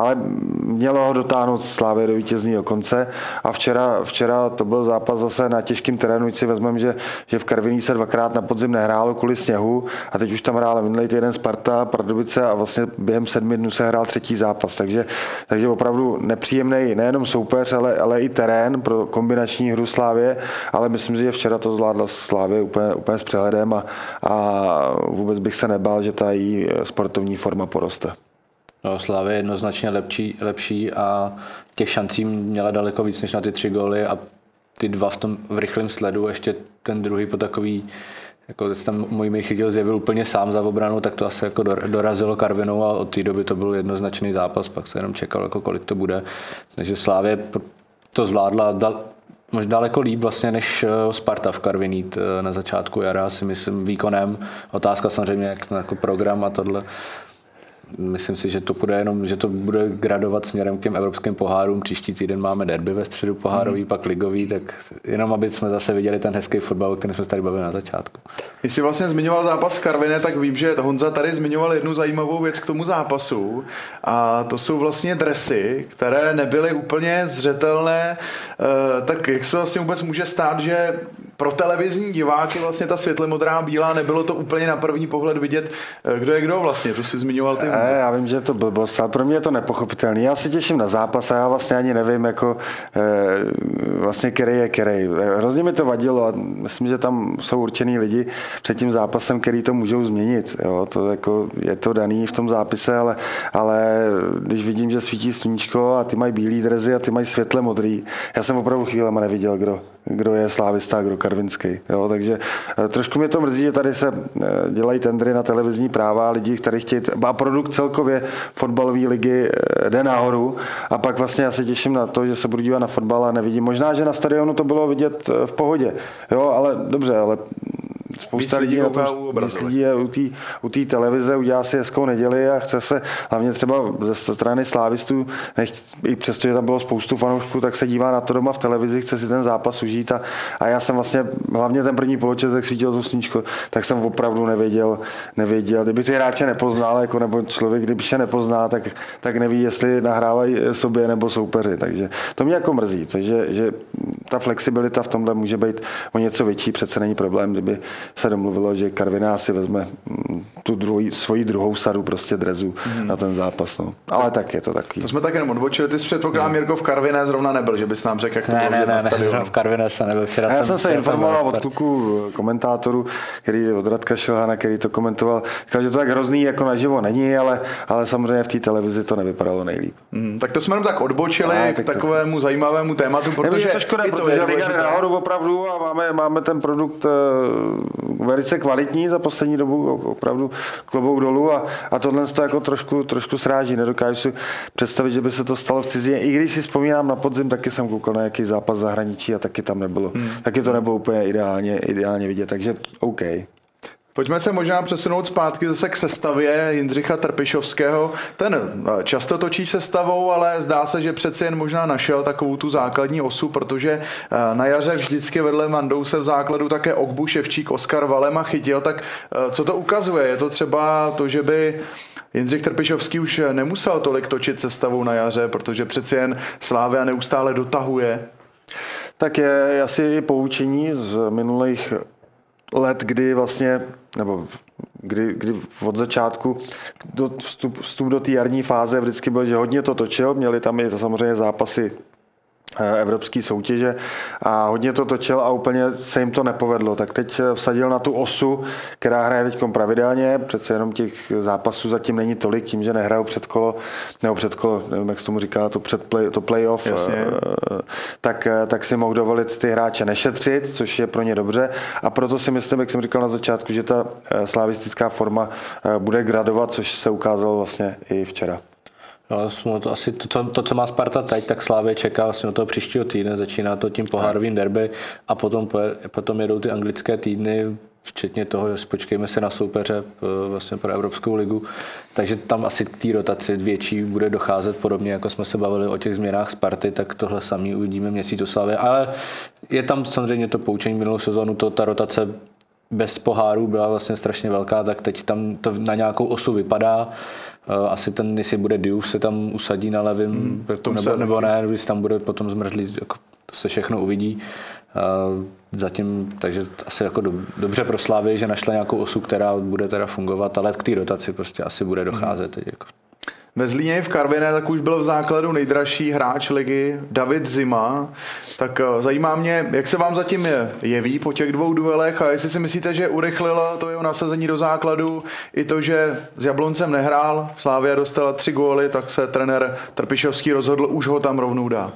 mělo ho dotáhnout Slávě do vítězného konce a včera to byl zápas zase na těžkém terénu, když si vezmeme, že v Karviní se dvakrát na podzim nehrálo kvůli sněhu a teď už tam hrála minulý týden Sparta, Pardubice a vlastně během 7 dnů se hrál třetí zápas, takže opravdu nepříjemný nejenom soupeř, ale i terén pro kombinační hru Slávě, ale myslím si, že včera to zvládla Slávě úplně s přehledem a vůbec bych se nebál, že ta její sportovní forma poroste. No, Slavia je jednoznačně lepší a těch šancí měla daleko víc než na ty 3 góly a ty 2 v rychlém sledu, ještě ten druhý po takový, jako tam můj Mich chytil zjevil úplně sám za obranu, tak to asi jako dorazilo Karvinou a od té doby to byl jednoznačný zápas, pak se jenom čekal, jako kolik to bude. Takže Slavia to zvládla možná daleko líp vlastně než Sparta v Karviní na začátku jara, si myslím, výkonem. Otázka samozřejmě, jak jako program a tohle. Myslím si, že to bude gradovat směrem k těm evropským pohárům. Příští týden máme derby ve středu pohárový, pak ligový, tak jenom aby jsme zase viděli ten hezký fotbal, o kterém jsme tady bavili na začátku. Když jsi vlastně zmiňoval zápas v Karviné, tak vím, že Honza tady zmiňoval jednu zajímavou věc k tomu zápasu a to jsou vlastně dresy, které nebyly úplně zřetelné. Tak jak se vlastně vůbec může stát, že pro televizní diváky vlastně ta světle modrá bílá nebylo to úplně na první pohled vidět, kdo je kdo vlastně, to si zmiňoval ty. Já vím, že je to blbost, ale pro mě je to nepochopitelný. Já se těším na zápas a já vlastně ani nevím, jako vlastně který je který. Hrozně mi to vadilo a myslím, že tam jsou určený lidi před tím zápasem, který to můžou změnit. Jo? To jako, je to daný v tom zápise, ale když vidím, že svítí sluníčko a ty mají bílý dresy a ty mají světle modrý, já jsem opravdu chvílema neviděl, kdo je slávista a kdo karvinský. Jo? Takže trošku mě to mrzí, že tady se dělají tendry na televizní práva a lidi, kteří chtějí, a produkt celkově fotbalové ligy jde nahoru a pak vlastně já se těším na to, že se budu dívat na fotbal a nevidím. Možná, že na stadionu to bylo vidět v pohodě. Jo, ale dobře, ale spousta lidí je u té televize, udělá si hezkou neděli a chce se, hlavně třeba ze strany slávistů, i přesto, že tam bylo spoustu fanoušků, tak se dívá na to doma v televizi, chce si ten zápas užít a já jsem vlastně, hlavně ten první poločas, jak svítilo to sluníčko, tak jsem opravdu nevěděl, kdyby ty hráče nepoznal, jako nebo člověk, když je nepozná, tak neví, jestli nahrávají sobě nebo soupeři, takže to mě jako mrzí, že ta flexibilita v tomhle může být o něco větší, přece není problém, kdyby se domluvilo, že Karviná si vezme svoji druhou sadu prostě drezu na ten zápas. No. Ale tak je to takový. To jsme tak jenom odbočili. Ty jsi předpokládám, Jirko, v Karviné zrovna nebyl, že bys nám řekl, jak to bylo na stadionu. Ne, v Karviné se nebyl. Já jsem se informoval od kluků komentátorů, od Radka Šilhana, který to komentoval. Říkal, že to tak hrozný jako naživo není, ale samozřejmě v té televizi to nevypadalo nejlíp. Tak to jsme jenom tak odbočili k takovému zajímavému tématu, protože je to škoda, protože liga jde nahoru opravdu a máme ten produkt velice kvalitní za poslední dobu, opravdu klobouk dolů a tohle to jako trošku sráží. Nedokážu si představit, že by se to stalo v cizině. I když si vzpomínám na podzim, taky jsem koukal na nějaký zápas zahraničí a taky tam nebylo. Taky to nebylo úplně ideálně vidět, takže OK. Pojďme se možná přesunout zpátky zase k sestavě Jindřicha Trpišovského. Ten často točí sestavou, ale zdá se, že přeci jen možná našel takovou tu základní osu, protože na jaře vždycky vedle Mandouse v základu také Ogbu, Ševčík, Oskar Valema chytil. Tak co to ukazuje? Je to třeba to, že by Jindřich Trpišovský už nemusel tolik točit sestavou na jaře, protože přeci jen Slavia neustále dotahuje? Tak je asi poučení z minulých let, kdy vlastně, nebo kdy od začátku vstup do té jarní fáze vždycky byl, že hodně to točil, měli tam i samozřejmě zápasy evropské soutěže a hodně to točil a úplně se jim to nepovedlo. Tak teď vsadil na tu osu, která hraje teď pravidelně, přece jenom těch zápasů zatím není tolik, tím, že nehrajou předkolo, nevím, jak se tomu říká, to playoff, tak si mohl dovolit ty hráče nešetřit, což je pro ně dobře a proto si myslím, jak jsem říkal na začátku, že ta slavistická forma bude gradovat, což se ukázalo vlastně i včera. No, to asi to, co má Sparta teď, tak Slavie čeká vlastně od toho příštího týdne, začíná to tím pohárovým derby a potom jedou ty anglické týdny, včetně toho, že počkejme se na soupeře vlastně pro Evropskou ligu, takže tam asi k té rotaci větší bude docházet podobně, jako jsme se bavili o těch změnách Sparty, tak tohle samý uvidíme měsíc u Slavie, ale je tam samozřejmě to poučení minulou sezónu, ta rotace bez pohárů byla vlastně strašně velká, tak teď tam to na nějakou osu vypadá. Asi jestli bude Diouf, se tam usadí na levém, nebo ne, když tam bude potom zmrzlý, jako to se všechno uvidí. Zatím, takže asi jako dobře pro Slavii, že našla nějakou osu, která bude teda fungovat, ale k té rotaci prostě asi bude docházet. Jako. Ve Zlíně v Karviné tak už byl v základu nejdražší hráč ligy David Zima. Tak zajímá mě, jak se vám zatím jeví po těch 2 duelech a jestli si myslíte, že urychlilo to jeho nasazení do základu i to, že s Jabloncem nehrál, Slavia dostala 3 góly, tak se trenér Trpišovský rozhodl už ho tam rovnou dát.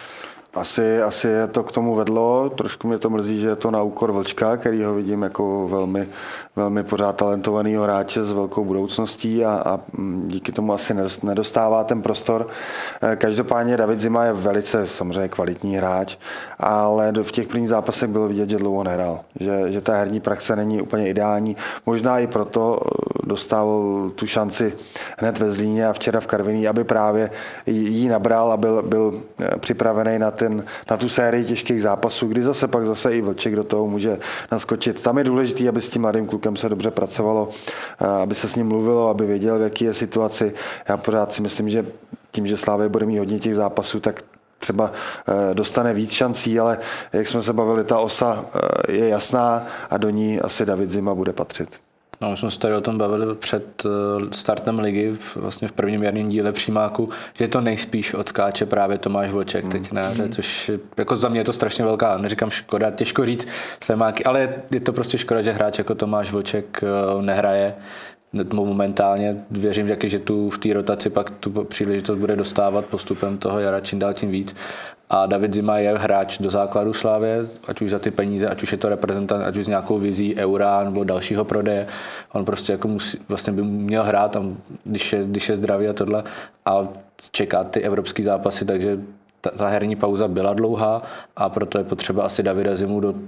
Asi je to k tomu vedlo. Trošku mě to mrzí, že je to na úkor Vlčka, který ho vidím jako velmi, velmi pořád talentovaného hráče s velkou budoucností a díky tomu asi nedostává ten prostor. Každopádně David Zima je velice samozřejmě kvalitní hráč, ale v těch prvních zápasech bylo vidět, že dlouho nehrál. Že ta herní praxe není úplně ideální. Možná i proto dostal tu šanci hned ve Zlíně a včera v Karviní, aby právě ji nabral a byl připravený na tu sérii těžkých zápasů, kdy zase i Vlček do toho může naskočit. Tam je důležité, aby s tím mladým klukem se dobře pracovalo, aby se s ním mluvilo, aby věděl, v jaký je situaci. Já pořád si myslím, že tím, že Slavia bude mít hodně těch zápasů, tak třeba dostane víc šancí, ale jak jsme se bavili, ta osa je jasná a do ní asi David Zima bude patřit. No, my jsme se tady o tom bavili před startem ligy, vlastně v prvním jarním díle Přímáku, že to nejspíš odskáče právě Tomáš Vlček teď na hře, což jako za mě je to strašně velká, neříkám škoda, těžko říct Slimáky, ale je to prostě škoda, že hráč jako Tomáš Vlček nehraje momentálně. Věřím, že tu v té rotaci pak tu příležitost bude dostávat postupem toho jara čím dál tím víc. A David Zima je hráč do základu Slavie, ať už za ty peníze, ať už je to reprezentant, ať už s nějakou vizí eura nebo dalšího prodeje. On prostě jako vlastně by měl hrát tam, když je zdravý a tohle. A čeká ty evropský zápasy, takže ta herní pauza byla dlouhá a proto je potřeba asi Davida Zimu do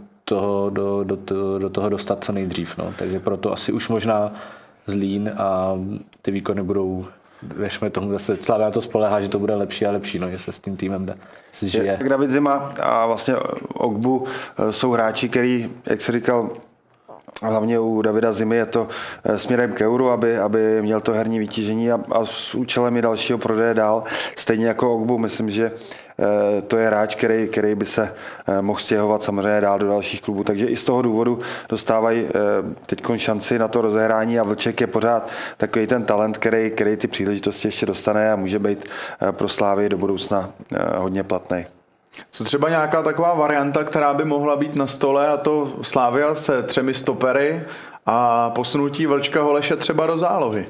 toho dostat co nejdřív. No. Takže proto asi už možná Zlín a ty výkony budou, věřme tomu, zase Slavia na to spolehá, že to bude lepší a lepší, no, že se s tím týmem žije. Tak David Zima a vlastně Ogbu jsou hráči, který, jak se říkal, hlavně u Davida Zimy je to směrem k euru, aby měl to herní vytížení a s účelem i dalšího prodeje dál. Stejně jako Ogbu, myslím, že to je hráč, který by se mohl stěhovat samozřejmě dál do dalších klubů. Takže i z toho důvodu dostávají teď šanci na to rozehrání a Vlček je pořád takový ten talent, který ty příležitosti ještě dostane a může být pro Slávii do budoucna hodně platný. Co třeba nějaká taková varianta, která by mohla být na stole, a to Slavia se 3 stopery a posunutí Vlčka Holeše třeba do zálohy?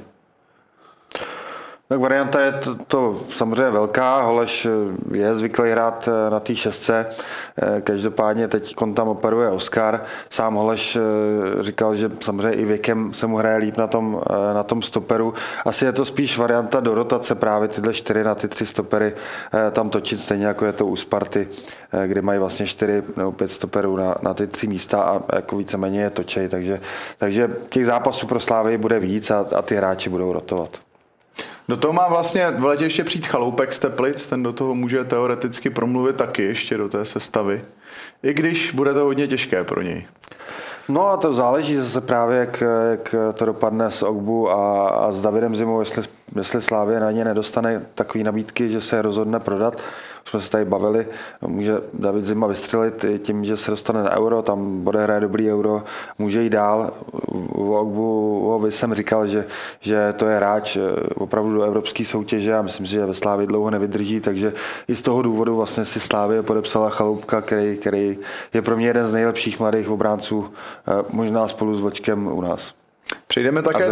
Tak varianta je to samozřejmě velká. Holeš je zvyklý hrát na té 6. Každopádně teď tam operuje Oskar. Sám Holeš říkal, že samozřejmě i věkem se mu hraje líp na tom stoperu. Asi je to spíš varianta do rotace právě tyhle 4 na ty 3 stopery tam točit, stejně jako je to u Sparty, kde mají vlastně 4 nebo 5 stoperů na ty 3 místa a jako víceméně je točej. Takže těch zápasů pro Slávii bude víc a ty hráči budou rotovat. Do toho má vlastně v letě ještě přijít Chaloupek z Teplic, ten do toho může teoreticky promluvit taky ještě do té sestavy, i když bude to hodně těžké pro něj. No a to záleží zase právě, jak to dopadne s Ogbu a s Davidem Zimou, jestli Slavia na ně nedostane takové nabídky, že se rozhodne prodat. jsme se tady bavili, může David Zima vystřelit tím, že se dostane na Euro, tam bude hraje dobrý Euro, může jít dál. U jsem říkal, že to je hráč opravdu do evropské soutěže a myslím si, že ve Slávii dlouho nevydrží, takže i z toho důvodu vlastně si Slávie podepsala Chaloupka, který je pro mě jeden z nejlepších mladých obránců, možná spolu s Vlčkem u nás. Přejdeme také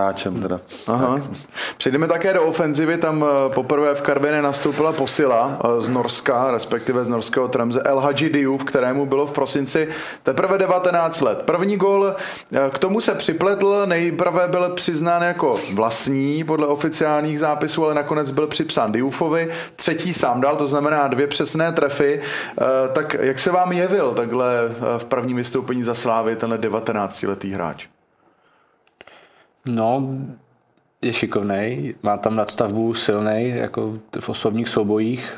Přejdeme také do ofenzivy, tam poprvé v Karviné nastoupila posila z Norska, respektive z norského Tremze El Hadji Diouf, kterému bylo v prosinci teprve 19 let. První gól k tomu se připletl, nejprve byl přiznán jako vlastní podle oficiálních zápisů, ale nakonec byl připsán Dioufovi, třetí sám dal, to znamená 2 přesné trefy. Tak jak se vám jevil takhle v prvním vystoupení za Slávy tenhle 19letý hráč? No, je šikovnej, má tam nadstavbu silnej, jako v osobních soubojích.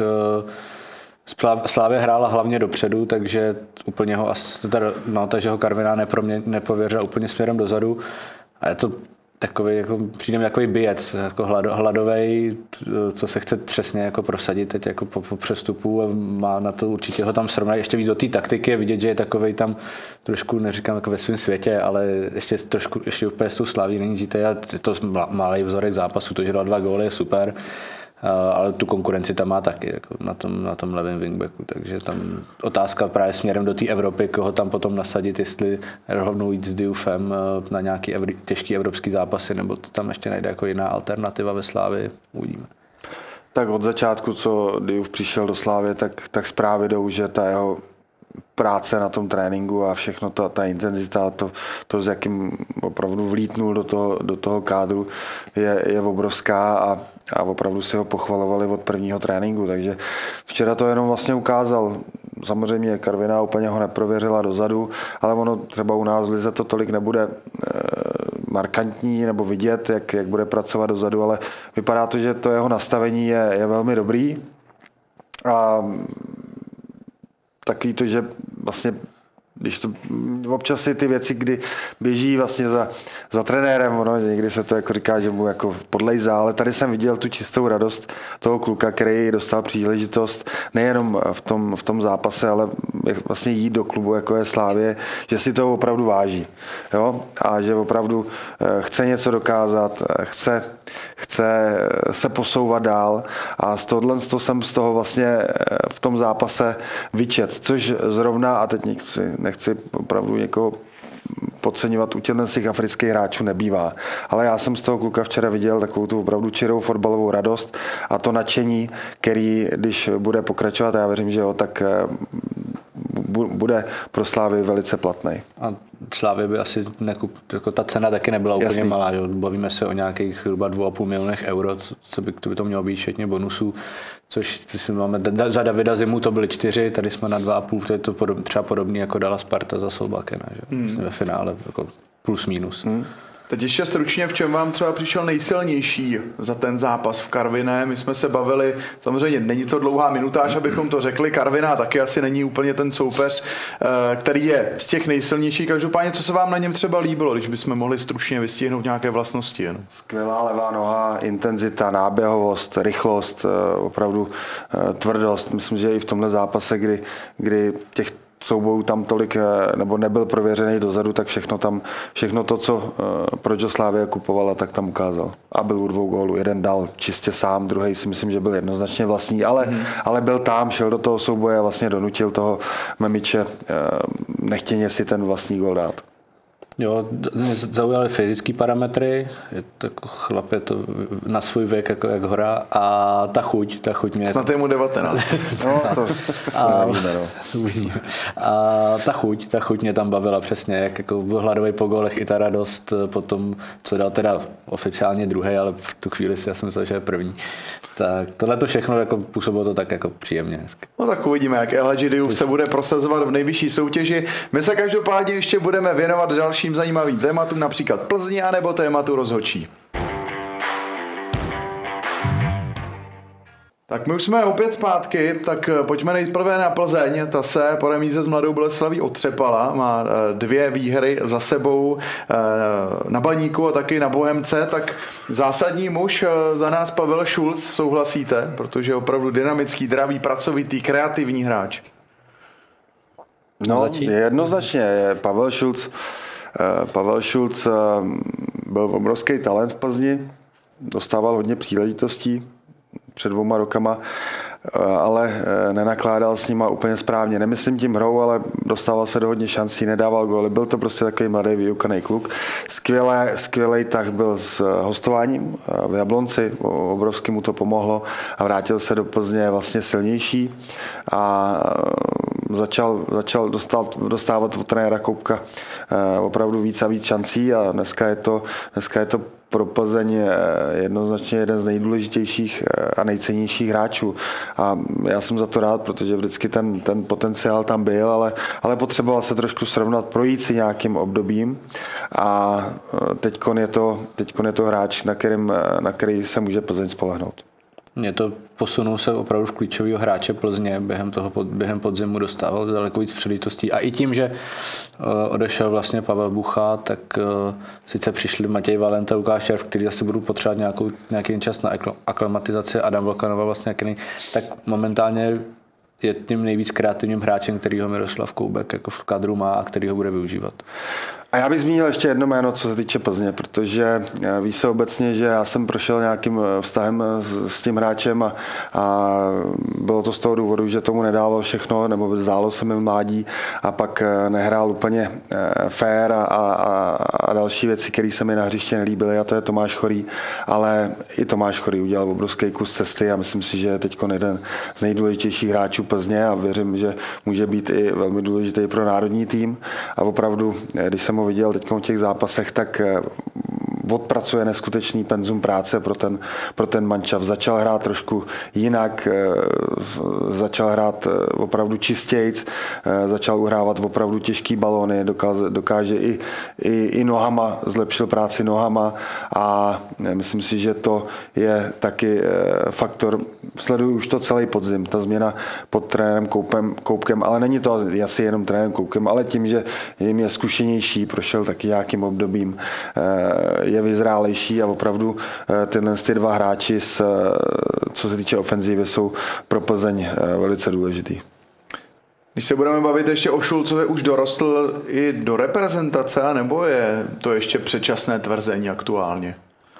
Slávě hrála hlavně dopředu, takže úplně takže ho Karviná nepověřila úplně směrem dozadu. A je to takový, jako, přijde mi takový bijec, jako hladovej, co se chce přesně jako prosadit teď jako po přestupu a má na to určitě ho tam srovnat ještě víc do té taktiky, je vidět, že je takovej tam trošku, neříkám jako ve svém světě, ale ještě úplně s tou Slaví není žité, je to malý vzorek zápasu, to, že dal 2 góly je super, ale tu konkurenci tam má taky jako na tom levém wingbacku, takže tam otázka právě směrem do té Evropy, koho tam potom nasadit, jestli rovnou jít s Dioufem na nějaký těžký evropský zápasy, nebo tam ještě najde jako jiná alternativa ve Slávii, uvidíme. Tak od začátku, co Diouf přišel do Slávy, tak zprávy jdou, že ta jeho práce na tom tréninku a všechno, ta intenzita, to s jakým opravdu vlítnul do toho kádru, je obrovská a opravdu si ho pochvalovali od prvního tréninku, takže včera to jenom vlastně ukázal. Samozřejmě Karviná úplně ho neprověřila dozadu, ale ono třeba u nás v lize to tolik nebude markantní nebo vidět, jak bude pracovat dozadu, ale vypadá to, že to jeho nastavení je velmi dobrý a takový to, že vlastně když to občas si ty věci, kdy běží vlastně za trenérem, ono, někdy se to jako říká, že mu jako podlejzá, ale tady jsem viděl tu čistou radost toho kluka, který dostal příležitost nejenom v tom zápase, ale vlastně jít do klubu, jako je Slávie, že si to opravdu váží. Jo? A že opravdu chce něco dokázat, chce se posouvat dál a to jsem z toho vlastně v tom zápase vyčet, což zrovna, a teď nechci opravdu někoho podceňovat, u těch afrických hráčů nebývá. Ale já jsem z toho kluka včera viděl takovou tu opravdu čirou fotbalovou radost a to nadšení, který, když bude pokračovat, já věřím, že jo, tak bude pro Slávy velice platný. A Slávě by asi jako ta cena taky nebyla úplně Jasný. malá. Jo. Bavíme se o nějakých zhruba 2,5 milionech euro, co by to mělo být včetně bonusů, což máme za Davida Zimu to byly 4, tady jsme na 2,5, to je to třeba podobný, jako dala Sparta za Solbakena, že? Ve finále jako plus minus. Teď ještě stručně, v čem vám třeba přišel nejsilnější za ten zápas v Karviné? My jsme se bavili, samozřejmě není to dlouhá minutáž, abychom to řekli, Karviná taky asi není úplně ten soupeř, který je z těch nejsilnějších. Každopádně, co se vám na něm třeba líbilo, když bychom mohli stručně vystihnout nějaké vlastnosti? Jen? Skvělá levá noha, intenzita, náběhovost, rychlost, opravdu tvrdost. Myslím, že i v tomhle zápase, kdy těch soubojů tam tolik, nebo nebyl prověřený dozadu, tak všechno to, co pro Slávia kupovala, tak tam ukázal. A byl u 2 gólů. Jeden dal čistě sám, druhý si myslím, že byl jednoznačně vlastní, ale byl tam, šel do toho souboje a vlastně donutil toho Memiče nechtěně si ten vlastní gól dát. Jo, mě zaujaly fyzické parametry, je to jako chlap, je to na svůj věk jako jak hora a ta chuť mě... Snad je mu 19. No, to uvidíme. A ta chuť mě tam bavila přesně, jak jako byl hladový po gólech i ta radost potom, co dal teda oficiálně druhý, ale v tu chvíli si já jsem myslel, že je první. Tak tohle to všechno jako působilo to tak jako příjemně. No tak uvidíme, jak El Hadji Diouf se bude prosazovat v nejvyšší soutěži. My se každopádně ještě budeme věnovat dalším zajímavým tématům, například Plzni anebo tématu rozhodčí. Tak my už jsme opět zpátky, tak pojďme nejprve na Plzeň. Ta se po remíze s Mladou Boleslaví otřepala, má 2 výhry za sebou na Baníku a taky na Bohemce, tak zásadní muž za nás Pavel Šulc, souhlasíte? Protože je opravdu dynamický, dravý, pracovitý, kreativní hráč. No, jednoznačně. Pavel Šulc byl obrovský talent v Plzni, dostával hodně příležitostí před 2 rokama, ale nenakládal s nima úplně správně. Nemyslím tím hrou, ale dostával se do hodně šancí, nedával góly. Byl to prostě takový mladý vyukaný kluk. Skvělej tah byl s hostováním v Jablonci, obrovsky mu to pomohlo a vrátil se do Plzně vlastně silnější a začal dostávat od trenéra Koubka opravdu víc a víc šancí a dneska je to pro Plzeň jednoznačně jeden z nejdůležitějších a nejcennějších hráčů. A já jsem za to rád, protože vždycky ten potenciál tam byl, ale potřeboval se trošku srovnat, projít si nějakým obdobím a teďkon je to hráč, na který se může Plzeň spolehnout. Mě to posunul se opravdu v klíčového hráče Plzně, během podzimu dostával daleko víc příležitostí a i tím, že odešel vlastně Pavel Bucha, tak sice přišli Matěj Valenta, Lukáš Červ, který zase budou potřebovat nějaký čas na aklimatizaci, Adam Vlkanova vlastně tak momentálně je tím nejvíc kreativním hráčem, kterýho Miroslav Koubek jako v kadru má a který ho bude využívat. A já bych zmínil ještě jedno jméno, co se týče Plzně, protože ví se obecně, že já jsem prošel nějakým vztahem s tím hráčem a bylo to z toho důvodu, že tomu nedával všechno, nebo zdálo se mi mládí a pak nehrál úplně fair a další věci, které se mi na hřiště nelíbily, a to je Tomáš Chorý, ale i Tomáš Chorý udělal obrovský kus cesty a myslím si, že je teď jeden z nejdůležitějších hráčů Plzně a věřím, že může být i velmi důležitý pro národní tým a opravdu, když jsem ho viděl teď v těch zápasech, tak odpracuje neskutečný penzum práce pro ten mančav. Začal hrát trošku jinak, začal hrát opravdu čistějc, začal uhrávat opravdu těžký balony, dokáže i nohama, zlepšil práci nohama a myslím si, že to je taky faktor. Sleduju už to celý podzim, ta změna pod trenérem Koubkem, ale není to asi jenom trenérem Koubkem, ale tím, že jim je zkušenější, prošel taky nějakým obdobím, je vyzrálejší a opravdu tyhle 2 hráči, co se týče ofenzívy, jsou pro Plzeň velice důležitý. Když se budeme bavit ještě o Šulcovi, už dorostl i do reprezentace, nebo je to ještě předčasné tvrzení aktuálně?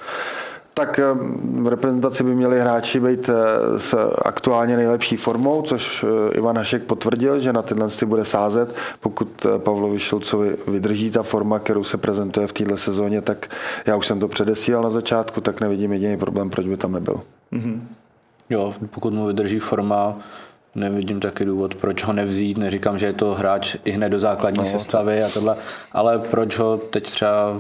Tak v reprezentaci by měli hráči být s aktuálně nejlepší formou, což Ivan Hašek potvrdil, že na tyhle bude sázet. Pokud Pavlovi Šulcovi vydrží ta forma, kterou se prezentuje v této sezóně, tak já už jsem to předesílal na začátku, tak nevidím jediný problém, proč by tam nebyl. Mm-hmm. Jo, pokud mu vydrží forma, nevidím taky důvod, proč ho nevzít. Neříkám, že je to hráč i hned do základní sestavy a tohle, ale proč ho teď třeba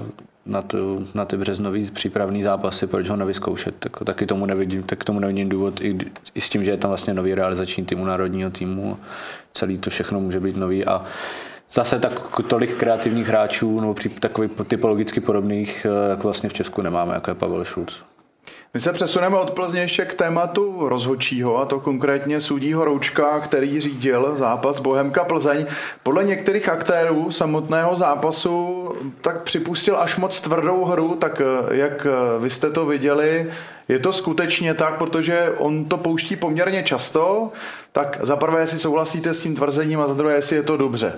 na ty březnový přípravný zápasy, proč ho nevyzkoušet, taky tomu nevidím důvod, i s tím, že je tam vlastně nový realizační tým u národního týmu, celý to všechno může být nový a zase tolik kreativních hráčů nebo takových typologicky podobných, jak vlastně v Česku nemáme, jako je Pavel Šulc. My se přesuneme od Plzně ještě k tématu rozhodčího, a to konkrétně sudího Roučka, který řídil zápas Bohemka Plzeň. Podle některých aktérů samotného zápasu tak připustil až moc tvrdou hru, tak jak vy jste to viděli, je to skutečně tak, protože on to pouští poměrně často, tak za prvé, jestli souhlasíte s tím tvrzením a za druhé, jestli je to dobře.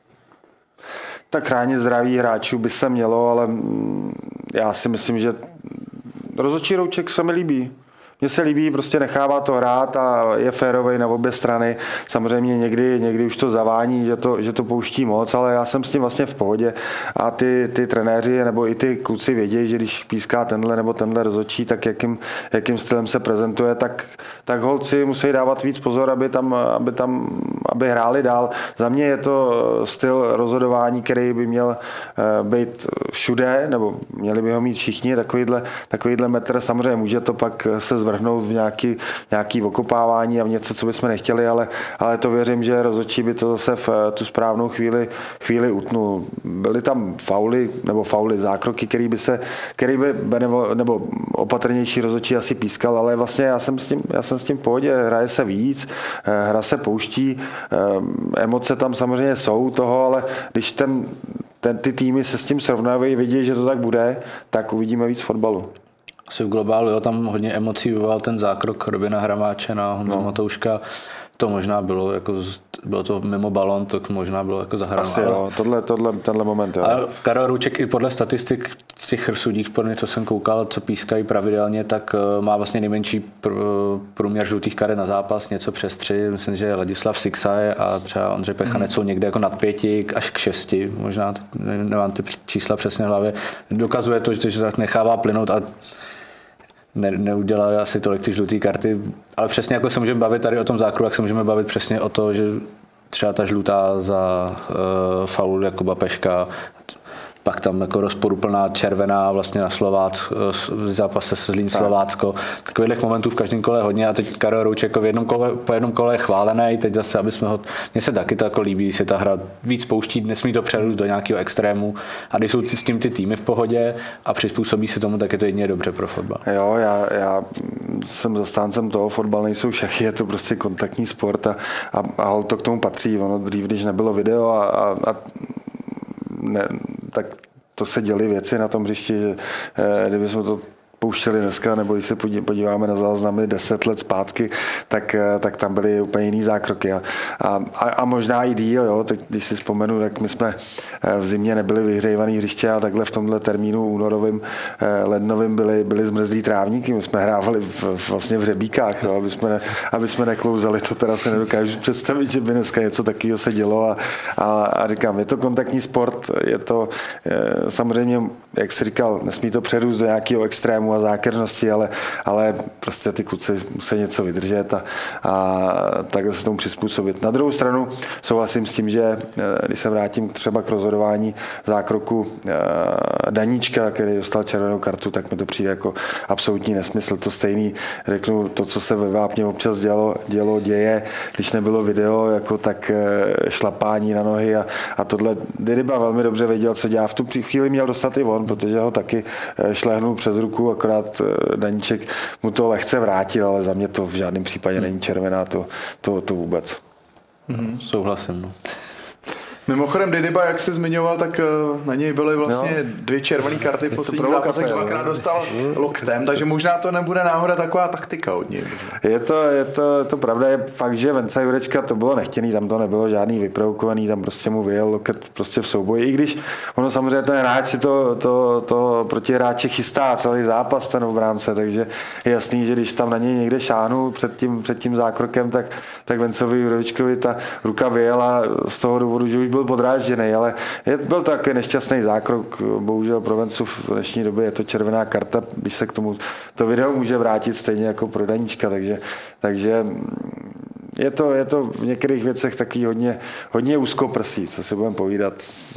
Tak chránit zdraví hráčů by se mělo, ale já si myslím, že rozhodčí Rouček se mi líbí. Mně se líbí, prostě nechává to hrát a je férovej na obě strany. Samozřejmě někdy už to zavání, že to pouští moc, ale já jsem s tím vlastně v pohodě. A ty trenéři nebo i ty kluci vědí, že když píská tenhle nebo tenhle rozhodčí, tak jakým stylem se prezentuje, tak holci musí dávat víc pozor, aby hráli dál. Za mě je to styl rozhodování, který by měl být všude, nebo měli by ho mít všichni, takovýhle metr. Samozřejmě může to pak se zvrhnout v nějaký okopávání a v něco, co bychom nechtěli, ale to věřím, že rozhodčí by to zase v tu správnou chvíli utnul. Byly tam fauly, zákroky, který by nebo opatrnější rozhodčí asi pískal, ale vlastně já jsem s tím v pohodě, hraje se víc, hra se pouští, emoce tam samozřejmě jsou toho, ale když ty týmy se s tím srovnávají, vidí, že to tak bude, tak uvidíme víc fotbalu. Asi v globálu, jo, tam hodně emocí vyvolal ten zákrok Robina Hramáče na Honzu Matouška. To možná bylo to mimo balon, to možná bylo jako zahrané. Asi jo, tenhle moment. Jo. Ale Karel Rouček i podle statistik z těch sudích, co jsem koukal, co pískají pravidelně, tak má vlastně nejmenší průměr žlutých karet na zápas, něco přes 3. Myslím, že Ladislav Siksaj a třeba Ondřej Pechanec jsou někde jako nad 5 až k 6. Možná, nemám ty čísla přesně v hlavě. Dokazuje to, že tak nechává plynout a neudělali asi tolik ty žluté karty, ale přesně jako se můžeme bavit tady o tom zákru, jak se můžeme bavit přesně o to, že třeba ta žlutá za faul Jakuba Peška, pak tam jako rozporuplná červená vlastně na v zápase se Zlín Slovácko. Takových momentů v každém kole hodně a teď Karel Rouček po jednom kole je chválený, teď zase, aby jsme mně se taky to jako líbí, si ta hra víc pouští, nesmí to přerůst do nějakého extrému a když jsou s tím ty týmy v pohodě a přizpůsobí se tomu, tak je to jedině dobře pro fotbal. Jo, já jsem zastáncem toho, fotbal nejsou šachy, je to prostě kontaktní sport a to k tomu patří. Ono dřív, když nebylo video tak to se děly věci na tom hřišti, že kdybychom to pouštěli dneska, nebo když se podíváme na záznamy 10 let zpátky, tak tam byly úplně jiný zákroky. A možná i díl, jo. Teď, když si vzpomenu, tak my jsme v zimě nebyli vyhřejvaný hřiště a takhle v tomhle termínu únorovým, lednovým byly zmrzlý trávníky. My jsme hrávali vlastně v hřebíkách, jo, aby jsme neklouzali. To teda se nedokážu představit, že by dneska něco takového se dělo. A říkám, je to kontaktní sport, je to samozřejmě, jak jsi říkal, nesmí to přerůst do nějakého extrému a zákeřnosti, ale prostě ty kluci musí něco vydržet a takhle se tomu přizpůsobit. Na druhou stranu souhlasím s tím, že když se vrátím třeba k rozhodování zákroku Daníčka, který dostal červenou kartu, tak mi to přijde jako absolutní nesmysl. To stejný, řeknu, to, co se ve Vápně občas děje, když nebylo video, jako tak šlapání na nohy a tohle. Didyba velmi dobře věděl, co dělá. V tu chvíli měl dostat i on, protože ho taky šlehnul přes ruku, akorát Daníček mu to lehce vrátil, ale za mě to v žádném případě není červená, to vůbec. Souhlasím. No. Mimochodem Didyba, jak jsi zmiňoval, tak na něj byly vlastně 2 červené karty v posledních zápasech, 2krát dostal loktem, takže možná to nebude náhoda taková taktika od něj. Je to pravda, je fakt, že Venca Jurečka to bylo nechtěný, tam to nebylo žádný vyprovokovaný, tam prostě mu vyjel loket prostě v souboji, i když ono samozřejmě ten hráč si to proti hráče chystá celý zápas, ten obránce, takže je jasný, že když tam na něj někde šáhnul před tím zákrokem, tak Vencovi Jurečkovi ta ruka vyjela z toho důvodu, že už byl podrážděný, ale byl to takový nešťastný zákrok. Bohužel pro Vencu v dnešní době je to červená karta, když se k tomu to video může vrátit stejně jako pro Daníčka, takže je to v některých věcech taky hodně úzkoprsí, co si budeme povídat.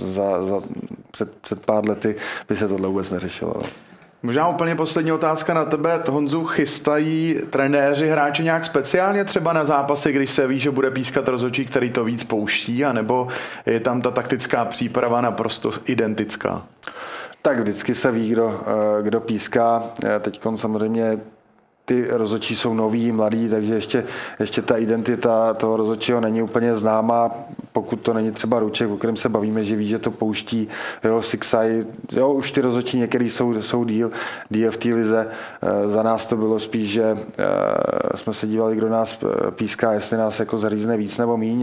Před pár lety by se tohle vůbec neřešilo. Možná úplně poslední otázka na tebe. Honzu, chystají trenéři hráči nějak speciálně třeba na zápasy, když se ví, že bude pískat rozhodčí, který to víc pouští, anebo je tam ta taktická příprava naprosto identická? Tak vždycky se ví, kdo píská. Teď samozřejmě ty rozhodčí jsou noví, mladí, takže ještě ta identita toho rozhodčího není úplně známá, pokud to není třeba Rouček, o kterém se bavíme, že ví, že to pouští, jo, Siksaj, jo, už ty rozhodčí některý jsou díl v té lize. Za nás to bylo spíš, že jsme se dívali, kdo nás píská, jestli nás jako zařízne víc nebo míň,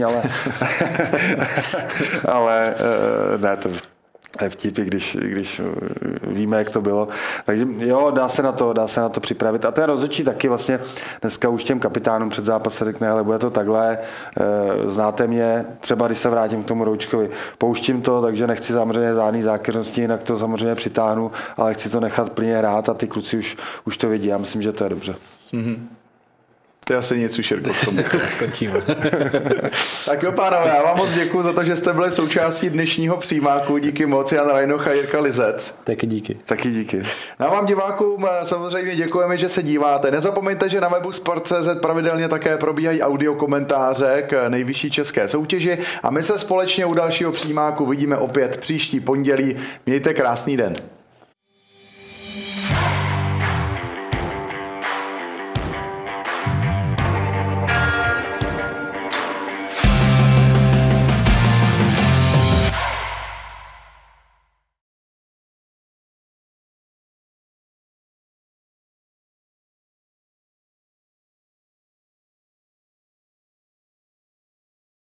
ale ne, to je vtipy, když víme, jak to bylo. Takže jo, dá se na to připravit. A ten rozhodčí taky vlastně dneska už těm kapitánům před zápasem řekne, ale bude to takhle, znáte mě, třeba když se vrátím k tomu Roučkovi, pouštím to, takže nechci samozřejmě žádný zákeřnosti, jinak to samozřejmě přitáhnu, ale chci to nechat plně hrát a ty kluci už to vidí. Já myslím, že to je dobře. Mm-hmm. To je asi něco, Širko, k tomu. Končíme. Tak jo, pánové, já vám moc děkuji za to, že jste byli součástí dnešního přijímáku. Díky moc, Jan Rajnoch a Jirka Lizec. Taky díky. Taky díky. A vám divákům samozřejmě děkujeme, že se díváte. Nezapomeňte, že na webu Sport.cz pravidelně také probíhají audio komentáře k nejvyšší české soutěži a my se společně u dalšího přijímáku vidíme opět příští pondělí. Mějte krásný den.